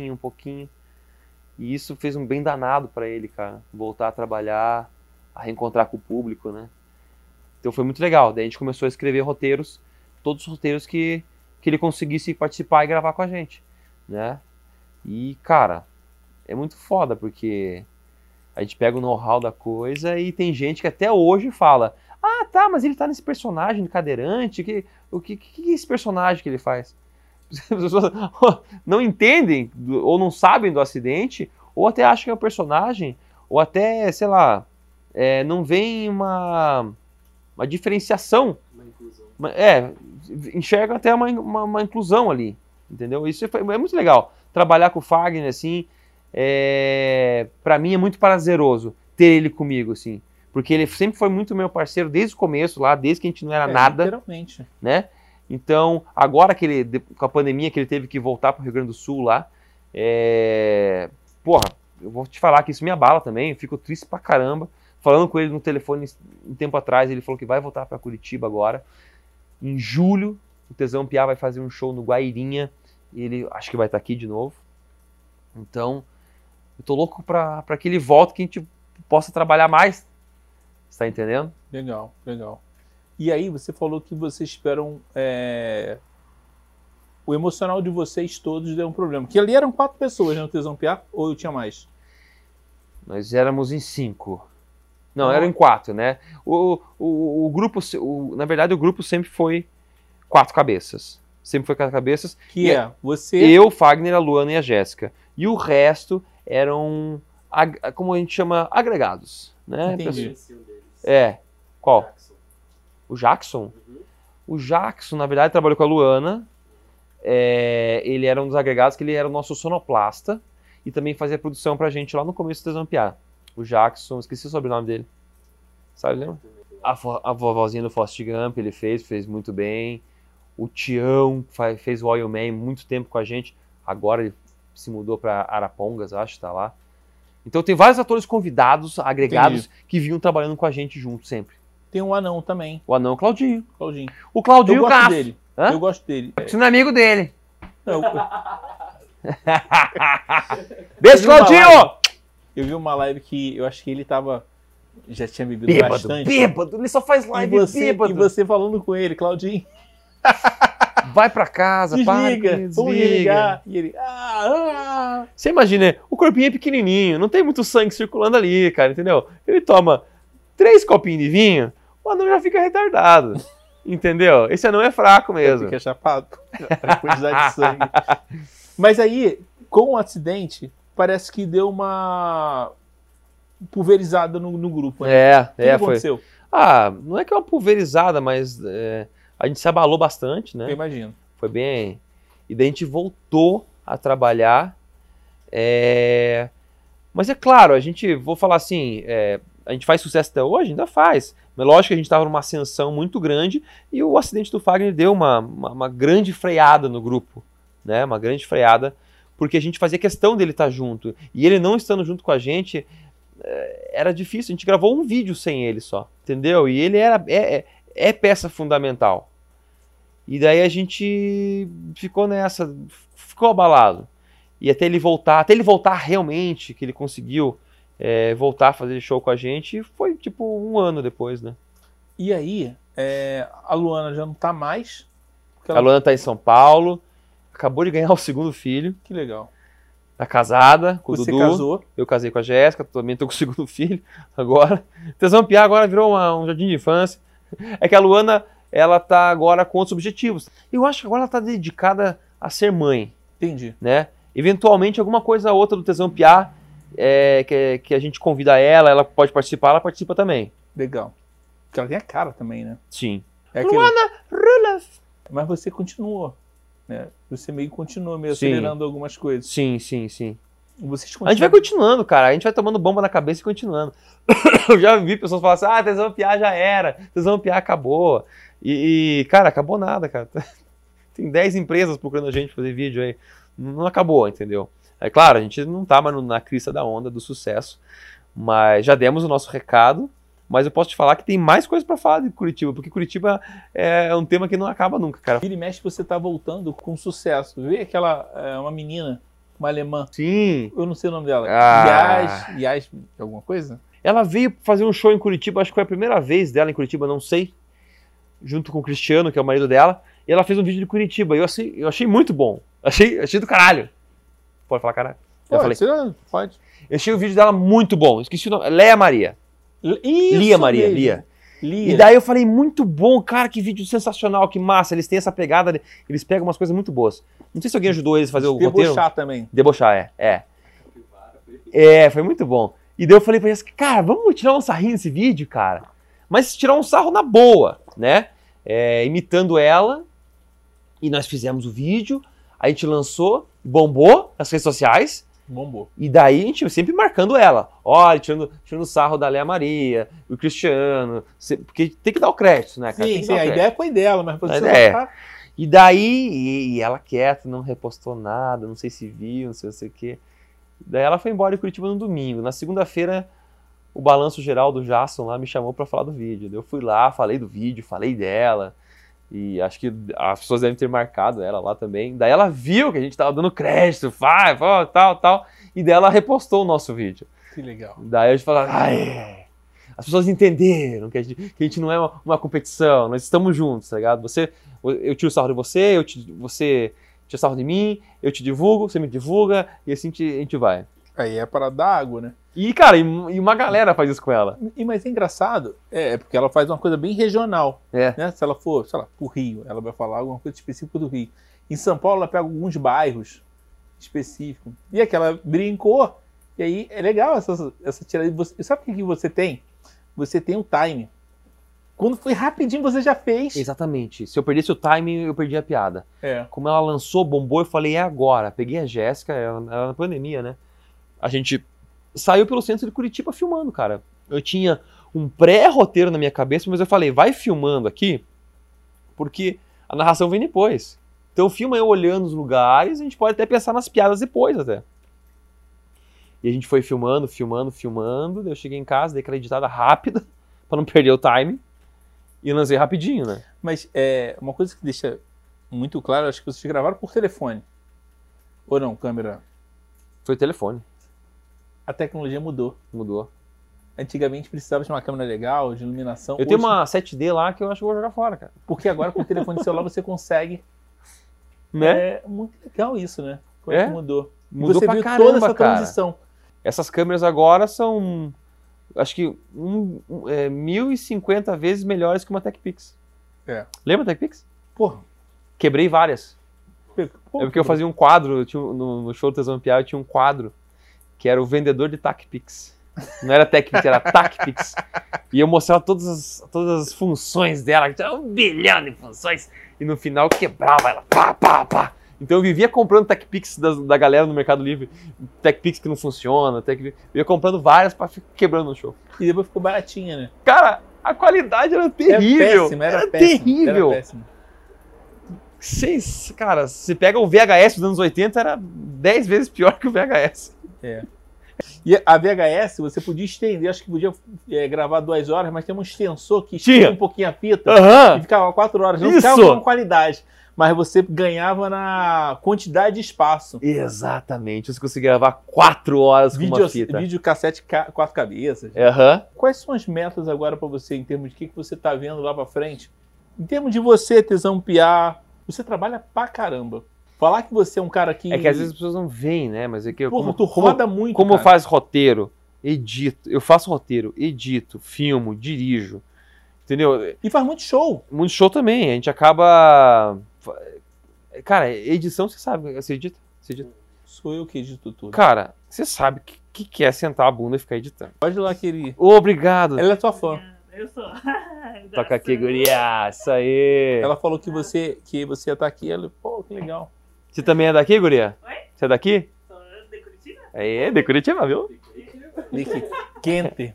E isso fez um bem danado pra ele, cara. Voltar a trabalhar, a reencontrar com o público, né? Então foi muito legal. Daí a gente começou a escrever roteiros, todos os roteiros que ele conseguisse participar e gravar com a gente, né? E, cara, é muito foda, porque a gente pega o know-how da coisa e tem gente que até hoje fala, tá, mas ele tá nesse personagem de cadeirante, o que é esse personagem que ele faz? as pessoas não entendem ou não sabem do acidente, ou até acham que é um personagem, ou até, sei lá, não vem uma diferenciação. Uma inclusão. Enxerga até uma inclusão ali, entendeu? Isso é muito legal. Trabalhar com o Fagner, assim, para mim é muito prazeroso ter ele comigo, assim. Porque ele sempre foi muito meu parceiro desde o começo lá, desde que a gente não era nada. Literalmente. Né? Então, agora que ele, com a pandemia, que ele teve que voltar para o Rio Grande do Sul lá, porra, eu vou te falar que isso me abala também, eu fico triste pra caramba. Falando com ele no telefone um tempo atrás, ele falou que vai voltar para Curitiba agora. Em julho, o Tesão Piá vai fazer um show no Guairinha, e ele acho que vai estar aqui de novo. Então, eu tô louco para que ele volte, que a gente possa trabalhar mais. Você tá entendendo? Legal, legal. E aí, você falou que vocês esperam... O emocional de vocês todos deu um problema. Que ali eram 4 pessoas, né, no Tesão Piá? Ou eu tinha mais? Nós éramos em 5. Não, eram em 4, né? O grupo, na verdade, o grupo sempre foi 4 cabeças. Sempre foi 4 cabeças. Que você... Eu, Fagner, a Luana e a Jéssica. E o resto eram, como a gente chama, agregados. Né? Entendi. Qual? Jackson. O Jackson? Uhum. O Jackson, na verdade, trabalhou com a Luana. Ele era um dos agregados, que ele era o nosso sonoplasta. E também fazia produção pra gente lá no começo do Tesão Piá. O Jackson, esqueci o sobrenome dele. Sabe, lembra? A vovozinha do Forrest Gump ele fez muito bem. O Tião fez o Oil Man muito tempo com a gente. Agora ele se mudou pra Arapongas, acho, tá lá. Então tem vários atores convidados, agregados, que vinham trabalhando com a gente junto sempre. Tem um anão também. O anão Claudinho. Claudinho. O Claudinho Eu gosto dele. Hã? Eu gosto dele. Você não é amigo dele. Não, Beijo, Claudinho! eu vi uma live que eu acho que ele já tinha bebido Bêbado, bastante. bêbado. Ele só faz live bêbado. E você falando com ele, Claudinho. Vai pra casa, Desliga, vamos desliga. ligar. E ele... Você imagina, o corpinho é pequenininho, não tem muito sangue circulando ali, cara, entendeu? Ele toma 3 copinhos de vinho, o anão já fica retardado, entendeu? Esse anão é fraco mesmo. Fica chapado. A quantidade de sangue. Mas aí, com o acidente, parece que deu uma pulverizada no grupo. Né? O que foi. aconteceu? Não é que é uma pulverizada, mas a gente se abalou bastante, né? Eu imagino. Foi bem... E daí a gente voltou a trabalhar. Mas é claro, vou falar assim, a gente faz sucesso até hoje? Ainda faz. Mas lógico que a gente estava numa ascensão muito grande e o acidente do Fagner deu uma grande freada no grupo. Né? Uma grande freada, porque a gente fazia questão dele estar junto. E ele não estando junto com a gente, era difícil. A gente gravou um vídeo sem ele só, entendeu? E ele é peça fundamental. E daí a gente ficou nessa, ficou abalado. E até ele voltar realmente, que ele conseguiu voltar a fazer show com a gente, foi tipo 1 ano depois, né? E aí, a Luana já não tá mais? A Luana tá em São Paulo, acabou de ganhar o 2º filho. Que legal. Tá casada com o Você Dudu. casou. Eu casei com a Jéssica, também tô com o 2º filho agora. Tesão Piá agora virou um jardim de infância. É que a Luana, ela tá agora com outros objetivos. Eu acho que agora ela tá dedicada a ser mãe. Entendi. Né? Eventualmente, alguma coisa ou outra do Tesão Piá, que a gente convida ela pode participar, ela participa também. Legal. Porque ela tem a cara também, né? Sim. Luana Rulaf. Mas você continuou. Né? Você meio que continua meio Sim. acelerando algumas coisas. Sim. Vocês A gente vai continuando, cara. A gente vai tomando bomba na cabeça e continuando. Eu já vi pessoas falarem assim, Tesão Piá já era, Tesão Piá acabou. E, cara, acabou nada, cara. Tem 10 empresas procurando a gente fazer vídeo aí. Não acabou, entendeu? É claro, a gente não tá mais na crista da onda do sucesso, mas já demos o nosso recado. Mas eu posso te falar que tem mais coisa pra falar de Curitiba, porque Curitiba é um tema que não acaba nunca, cara. Vira e mexe, você tá voltando com sucesso. Vê aquela, uma menina, uma alemã. Sim. Eu não sei o nome dela. Yas, alguma coisa? Ela veio fazer um show em Curitiba, acho que foi a primeira vez dela em Curitiba, não sei. Junto com o Cristiano, que é o marido dela. E ela fez um vídeo de Curitiba. Eu achei muito bom. Achei do caralho. Pode falar caralho? Pode. Eu achei o vídeo dela muito bom. Esqueci o nome. Lia Maria. Lia. Lia. E daí eu falei, muito bom, cara, que vídeo sensacional, que massa. Eles têm essa pegada, eles pegam umas coisas muito boas. Não sei se alguém ajudou eles a fazer o roteiro. Debochar também. Debochar, foi muito bom. E daí eu falei pra eles, cara, vamos tirar um sarrinho nesse vídeo, cara. Mas tirar um sarro na boa, né? Imitando ela. E nós fizemos o vídeo, a gente lançou, bombou nas redes sociais. Bombou. E daí a gente sempre marcando ela. Olha, tirando sarro da Léa Maria, o Cristiano. Porque tem que dar o crédito, né, cara? Sim, a ideia foi dela, mas você tá... E daí, ela quieta, não repostou nada, não sei se viu, não sei o quê. Daí ela foi embora em Curitiba no domingo. Na segunda-feira, o balanço geral do Jason lá me chamou pra falar do vídeo. Daí eu fui lá, falei do vídeo, falei dela. E acho que as pessoas devem ter marcado ela lá também. Daí ela viu que a gente tava dando crédito, tal. E daí ela repostou o nosso vídeo. Que legal. Daí a gente falou, as pessoas entenderam que a gente não é uma competição, nós estamos juntos, tá ligado? Eu tiro sarro de você, você tira sarro de mim, eu te divulgo, você me divulga, e assim a gente vai. Aí é para dar água, né? E, cara, e uma galera faz isso com ela. Mas é engraçado, porque ela faz uma coisa bem regional. Né? Se ela for, sei lá, pro Rio, ela vai falar alguma coisa específica do Rio. Em São Paulo, ela pega alguns bairros específicos. E aqui ela brincou. E aí é legal essa tirada. Sabe o que você tem? Você tem um time. Quando foi rapidinho, você já fez. Exatamente. Se eu perdesse o timing, eu perdi a piada. Como ela lançou, bombou, eu falei, é agora. Peguei a Jéssica, ela na pandemia, né? A gente saiu pelo centro de Curitiba filmando, cara. Eu tinha um pré-roteiro na minha cabeça, mas eu falei, vai filmando aqui, porque a narração vem depois. Então filma eu olhando os lugares, a gente pode até pensar nas piadas depois até. E a gente foi filmando, daí eu cheguei em casa, dei aquela editada rápida, pra não perder o time, e lancei rapidinho, né? Mas uma coisa que deixa muito claro, acho que vocês gravaram por telefone. Ou não, câmera? Foi telefone. A tecnologia mudou. Mudou. Antigamente precisava de uma câmera legal, de iluminação. Eu tenho uma 7D lá que eu acho que vou jogar fora, cara. Porque agora com o telefone celular você consegue. Né? É muito legal isso, né? Como que mudou. Mudou você pra viu caramba, toda essa transição. Cara. Essas câmeras agora são, acho que 1050 vezes melhores que uma TechPix. Lembra a TechPix? Porra. Quebrei várias. Porra, porque eu fazia um quadro, no show do Tesão Piá eu tinha um quadro que era o vendedor de TechPix. Não era TechPix, era TechPix. E eu mostrava todas as funções dela, que tinha 1 bilhão de funções, e no final quebrava ela, pá. Então eu vivia comprando TechPix da galera no Mercado Livre, TechPix que não funciona, eu ia comprando várias pra ficar quebrando no show. E depois ficou baratinha, né? Cara, a qualidade era terrível. Era terrível. Era péssimo. Cara, você pega o VHS dos anos 80, era 10 vezes pior que o VHS. E a VHS, você podia estender, acho que podia gravar 2 horas, mas tem um extensor que estica um pouquinho a fita e ficava 4 horas. Não ficava com qualidade, mas você ganhava na quantidade de espaço. Exatamente, você conseguia gravar 4 horas com uma fita. Videocassete 4 cabeças. Quais são as metas agora para você, em termos de que você está vendo lá para frente? Em termos de você, Tesão Piá, você trabalha pra caramba. Falar que você é um cara que... É que às vezes as pessoas não veem, né? Mas é que tu roda muito, como eu faço roteiro, edito, eu faço roteiro, edito, filmo, dirijo, entendeu? E faz muito show. Muito show também, a gente acaba... Cara, edição, você sabe, você edita? Sou eu que edito tudo. Cara, você sabe o que é sentar a bunda e ficar editando. Pode ir lá, querido. Obrigado. Ela é tua fã. Eu sou. Toca aqui, guria, isso aí. Ela falou que você ia estar aqui, ela, pô, que legal. Você também é daqui, guria? Oi? Você é daqui? Sou de Curitiba? De Curitiba, viu? Nick, quente.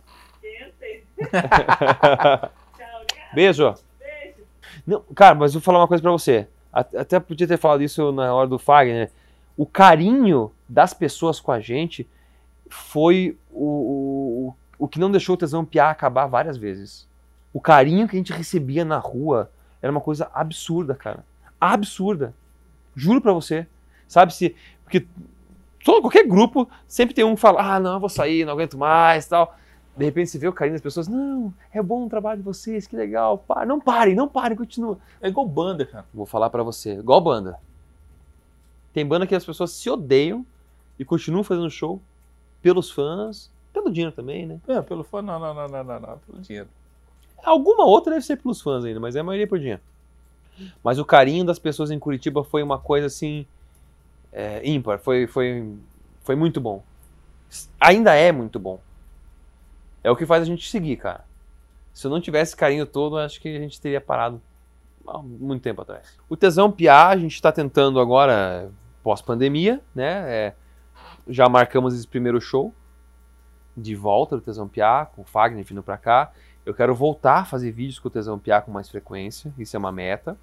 Tchau, Beijo. Beijo. Não, cara, mas eu vou falar uma coisa pra você. Até podia ter falado isso na hora do Fagner. O carinho das pessoas com a gente foi o que não deixou o Tesão Piá acabar várias vezes. O carinho que a gente recebia na rua era uma coisa absurda, cara. Absurda. Juro pra você. Sabe, porque qualquer grupo sempre tem um que fala, ah, não, eu vou sair, não aguento mais, tal. De repente você vê o carinho das pessoas, não, é bom o trabalho de vocês, que legal. Não parem, continua. É igual banda, cara. Vou falar pra você, igual banda. Tem banda que as pessoas se odeiam e continuam fazendo show pelos fãs, pelo dinheiro também, né? Pelo fã, não, pelo dinheiro. Alguma outra deve ser pelos fãs ainda, mas é a maioria por dinheiro. Mas o carinho das pessoas em Curitiba foi uma coisa assim, ímpar, foi muito bom. Ainda é muito bom. É o que faz a gente seguir, cara. Se eu não tivesse esse carinho todo, acho que a gente teria parado há muito tempo atrás. O Tesão Piá, a gente está tentando agora, pós-pandemia, né? Já marcamos esse primeiro show de volta do Tesão Piá, com o Fagner vindo pra cá. Eu quero voltar a fazer vídeos com o Tesão Piá com mais frequência, isso é uma meta.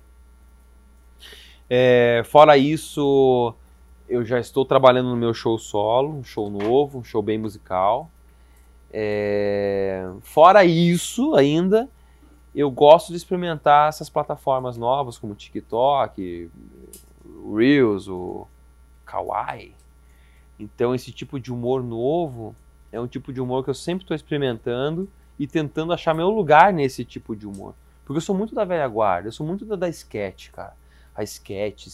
Fora isso, eu já estou trabalhando no meu show solo, um show novo, um show bem musical. Fora isso, ainda, eu gosto de experimentar essas plataformas novas, como o TikTok, o Reels, o Kawaii. Então, esse tipo de humor novo é um tipo de humor que eu sempre estou experimentando e tentando achar meu lugar nesse tipo de humor. Porque eu sou muito da velha guarda, eu sou muito da sketch, cara. A sketch.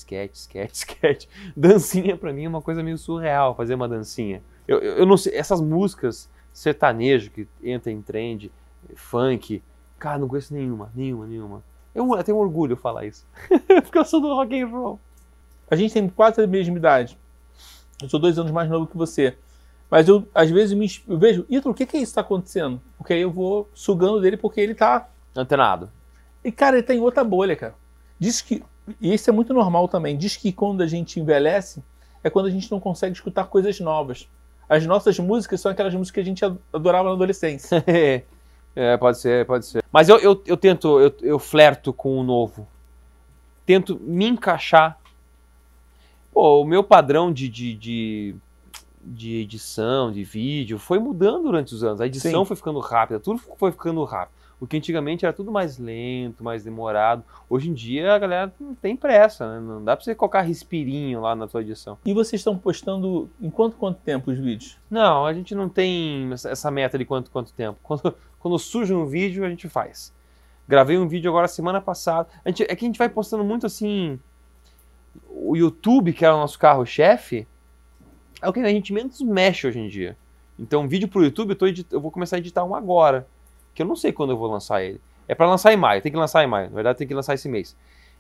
Dancinha pra mim é uma coisa meio surreal, fazer uma dancinha. Eu não sei, essas músicas sertanejo que entra em trend, funk, cara, não conheço nenhuma. Eu tenho orgulho de falar isso. Porque eu sou do rock and roll. A gente tem quase a mesma idade. Eu sou 2 anos mais novo que você. Mas eu, às vezes, eu vejo, Ítalo, o que é isso que está acontecendo? Porque aí eu vou sugando dele porque ele tá... antenado. E, cara, ele tá em outra bolha, cara. Diz que, e isso é muito normal também, diz que quando a gente envelhece, é quando a gente não consegue escutar coisas novas. As nossas músicas são aquelas músicas que a gente adorava na adolescência. Pode ser. Mas eu flerto com o novo. Tento me encaixar. Pô, o meu padrão de edição, de vídeo, foi mudando durante os anos. A edição foi ficando rápida, tudo foi ficando rápido. O que antigamente era tudo mais lento, mais demorado. Hoje em dia a galera não tem pressa, né? Não dá pra você colocar respirinho lá na tua edição. E vocês estão postando em quanto tempo os vídeos? Não, a gente não tem essa meta de quanto tempo. Quando surge um vídeo, a gente faz. Gravei um vídeo agora semana passada. É que a gente vai postando muito assim... O YouTube, que é o nosso carro-chefe, é o que a gente menos mexe hoje em dia. Então, vídeo pro YouTube, eu vou começar a editar um agora. Que eu não sei quando eu vou lançar ele. É para lançar em maio, tem que lançar em maio. Na verdade, tem que lançar esse mês.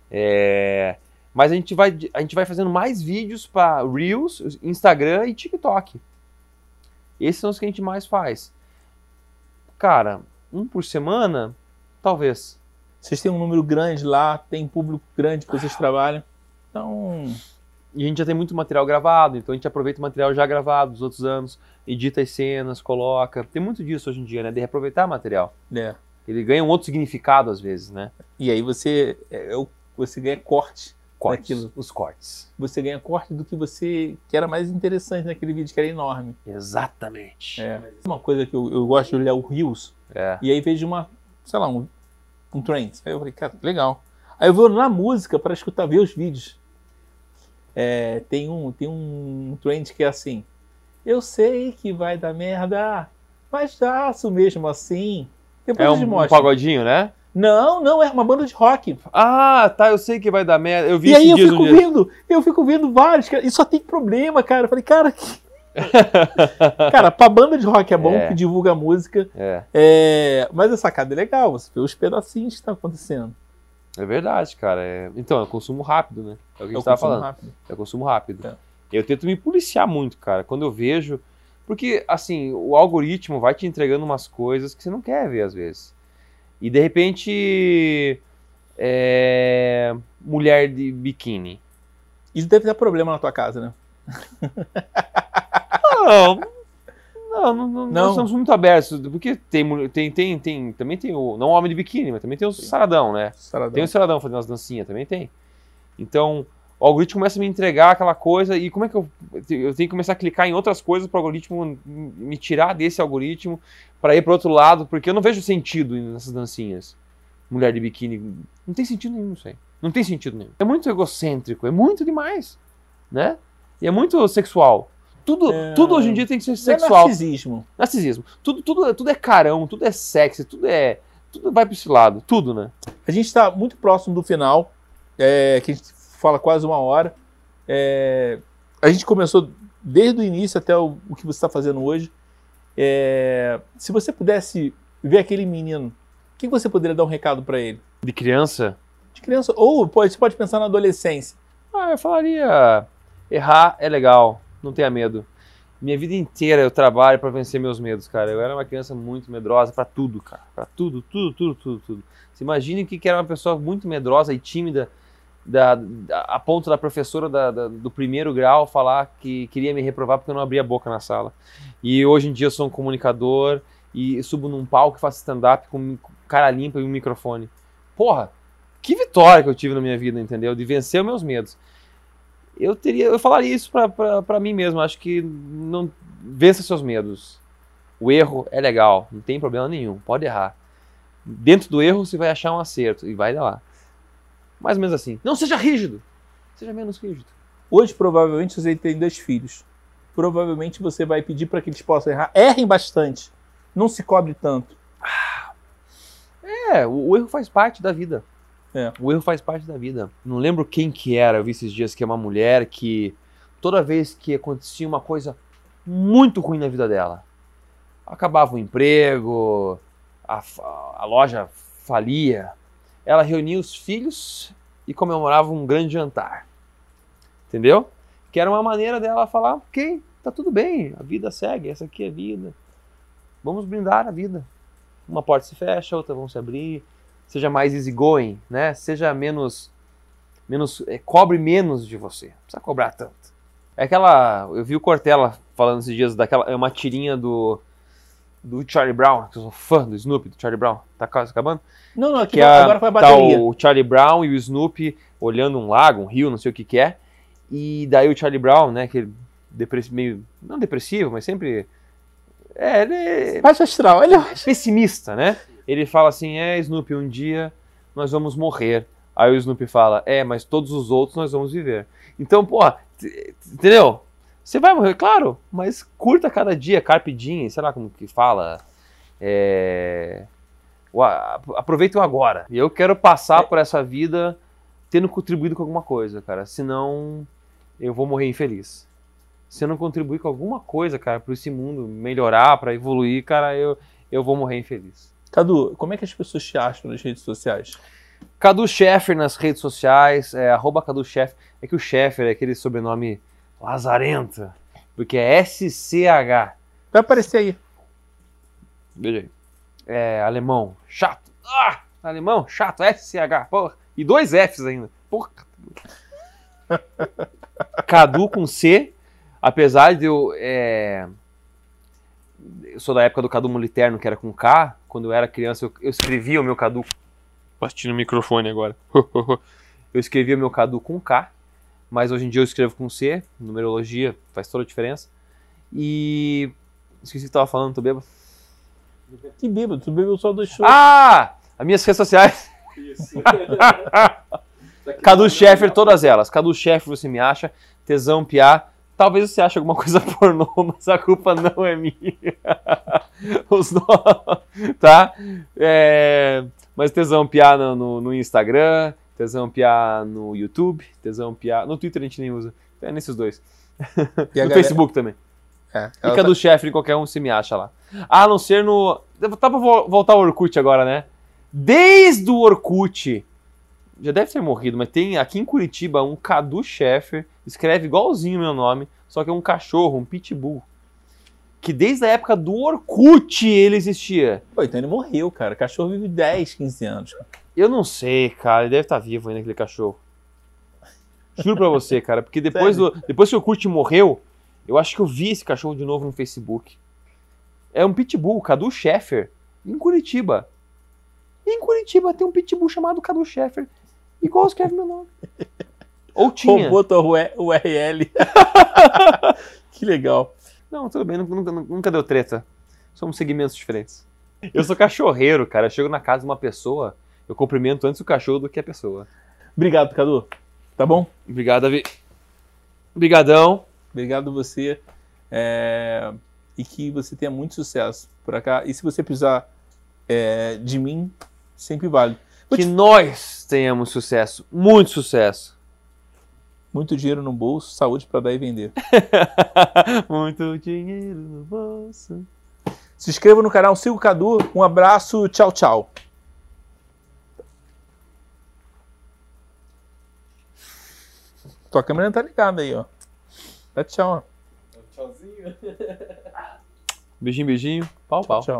Mas a gente vai fazendo mais vídeos para Reels, Instagram e TikTok. Esses são os que a gente mais faz. Cara, um por semana, talvez. Vocês têm um número grande lá, tem público grande que vocês trabalham. Então... E a gente já tem muito material gravado, então a gente aproveita o material já gravado dos outros anos, edita as cenas, coloca. Tem muito disso hoje em dia, né? De reaproveitar material. Ele ganha um outro significado às vezes, né? E aí você ganha corte. Os cortes. Você ganha corte do que era mais interessante naquele vídeo, que era enorme. Exatamente. Uma coisa que eu gosto de olhar o Reels, e aí vejo um trend. Aí eu falei, cara, legal. Aí eu vou na música para ver os vídeos. Tem um trend que é assim: eu sei que vai dar merda, mas faço mesmo assim. Depois um pagodinho, né? Não, é uma banda de rock. Ah, tá, eu sei que vai dar merda. Eu vi e aí eu fico vendo vários, cara, e só tem problema, cara. Eu falei, cara, cara, pra banda de rock é bom, que divulga a música. Mas a sacada é legal, você vê os pedacinhos que estão acontecendo. É verdade, cara. Então, é consumo rápido, né? É o que a gente tava falando. É consumo rápido. Eu tento me policiar muito, cara, quando eu vejo... Porque, assim, o algoritmo vai te entregando umas coisas que você não quer ver, às vezes. E, de repente... mulher de biquíni. Isso deve dar problema na tua casa, né? Não, nós somos muito abertos, porque também tem o, não o homem de biquíni, mas também tem o saradão, né? Tem o saradão fazendo umas dancinhas, também tem. Então, o algoritmo começa a me entregar aquela coisa, e como é que eu tenho que começar a clicar em outras coisas para o algoritmo me tirar desse algoritmo para ir para outro lado, porque eu não vejo sentido nessas dancinhas. Mulher de biquíni, não tem sentido nenhum isso aí. Não tem sentido nenhum. É muito egocêntrico, é muito demais, né? E é muito sexual. Tudo hoje em dia tem que ser sexual. Narcisismo. Tudo é carão, tudo é sexy, tudo vai para esse lado, tudo, né? A gente está muito próximo do final, que a gente fala quase 1 hora. A gente começou desde o início até o que você está fazendo hoje. Se você pudesse ver aquele menino que você poderia dar um recado para ele? De criança? De criança, ou você pode pensar na adolescência. Eu falaria, errar é legal, não tenha medo. Minha vida inteira eu trabalho para vencer meus medos, cara. Eu era uma criança muito medrosa para tudo, cara. Para tudo. Você imagine que era uma pessoa muito medrosa e tímida a ponto da professora do primeiro grau falar que queria me reprovar porque eu não abria a boca na sala. E hoje em dia eu sou um comunicador e subo num palco e faço stand-up com cara limpa e um microfone. Porra, que vitória que eu tive na minha vida, entendeu? De vencer os meus medos. Eu falaria isso pra mim mesmo. Acho que não vença seus medos. O erro é legal, não tem problema nenhum, pode errar. Dentro do erro você vai achar um acerto e vai lá. Mais ou menos assim. Não seja rígido, seja menos rígido. Hoje, provavelmente, você tem 2 filhos. Provavelmente você vai pedir para que eles possam errar. Errem bastante. Não se cobre tanto. O erro faz parte da vida. O erro faz parte da vida. Não lembro quem que era, eu vi esses dias que é uma mulher que toda vez que acontecia uma coisa muito ruim na vida dela, acabava o emprego, a loja falia, ela reunia os filhos e comemorava um grande jantar. Entendeu? Que era uma maneira dela falar, ok, tá tudo bem, a vida segue, essa aqui é a vida. Vamos brindar a vida. Uma porta se fecha, outra vão se abrir. Seja mais easygoing, né? Seja menos cobre menos de você. Não precisa cobrar tanto. É aquela... Eu vi o Cortella falando esses dias é uma tirinha do Charlie Brown, que eu sou fã do Snoopy, do Charlie Brown. Tá quase acabando? Não, aqui agora foi a bateria. Tá o Charlie Brown e o Snoopy olhando um lago, um rio, não sei o que é. E daí o Charlie Brown, né, que ele meio... Não depressivo, mas sempre... ele é... Baixo astral, ele é pessimista, né? Ele fala assim, Snoopy, um dia nós vamos morrer. Aí o Snoopy fala, mas todos os outros nós vamos viver. Então, porra, entendeu? Você vai morrer, claro, mas curta cada dia, carpe diem, sei lá como que fala. Aproveita o agora. E eu quero passar por essa vida tendo contribuído com alguma coisa, cara. Senão eu vou morrer infeliz. Se eu não contribuir com alguma coisa, cara, para esse mundo melhorar, para evoluir, cara, eu vou morrer infeliz. Cadu, como é que as pessoas te acham nas redes sociais? Cadu Scheffer nas redes sociais, @Cadu Scheffer. É que o Scheffer é aquele sobrenome lazarento, porque é SCH. Vai aparecer aí. Veja aí. É alemão, chato. Alemão, chato, SCH, porra. E 2 Fs ainda. Porra. Cadu com C, apesar de eu sou da época do Cadu Moliterno, que era com K. Quando eu era criança, eu escrevia o meu Cadu... Bati no microfone agora. Eu escrevia o meu Cadu com K, mas hoje em dia eu escrevo com C. Numerologia faz toda a diferença. E... Esqueci o que eu tava falando, tô bêbado. Que bêbado? Tu bebeu só 2 shows. As minhas redes sociais. Isso. Cadu Scheffer, todas elas. Cadu Scheffer, você me acha. Tesão Piá. Talvez você ache alguma coisa pornô, mas a culpa não é minha. Tá? Mas Tesão Piá no Instagram, Tesão Piá no YouTube, Tesão Piá... No Twitter a gente nem usa. É nesses 2. No Facebook também. E Cadu Scheffer, qualquer um, você me acha lá. A não ser no... Tá pra voltar ao Orkut agora, né? Desde o Orkut... Já deve ter morrido, mas tem aqui em Curitiba um Cadu Scheffer, escreve igualzinho o meu nome, só que é um cachorro, um pitbull. Que desde a época do Orkut ele existia. Pô, então ele morreu, cara. O cachorro vive 10, 15 anos. Eu não sei, cara. Ele deve estar vivo ainda, aquele cachorro. Juro pra você, cara. Porque depois que o Orkut morreu, eu acho que eu vi esse cachorro de novo no Facebook. É um pitbull, Cadu Scheffer, em Curitiba. E em Curitiba tem um pitbull chamado Cadu Scheffer. Igual escreve meu nome. Ou tinha. Roubou tua URL. Que legal. Não, tudo bem, nunca deu treta. Somos segmentos diferentes. Eu sou cachorreiro, cara. Eu chego na casa de uma pessoa, eu cumprimento antes o cachorro do que a pessoa. Obrigado, Cadu. Tá bom? Obrigado, Davi. Obrigadão. Obrigado você. E que você tenha muito sucesso por cá. E se você precisar de mim, sempre vale. Que nós tenhamos sucesso. Muito sucesso. Muito dinheiro no bolso, saúde para dar e vender. Muito dinheiro no bolso. Se inscreva no canal, siga o Cadu. Um abraço, tchau, tchau. Tua câmera tá ligada aí, ó. Dá tchau, ó. Tchauzinho. Beijinho, beijinho. Pau, pau. Tchau.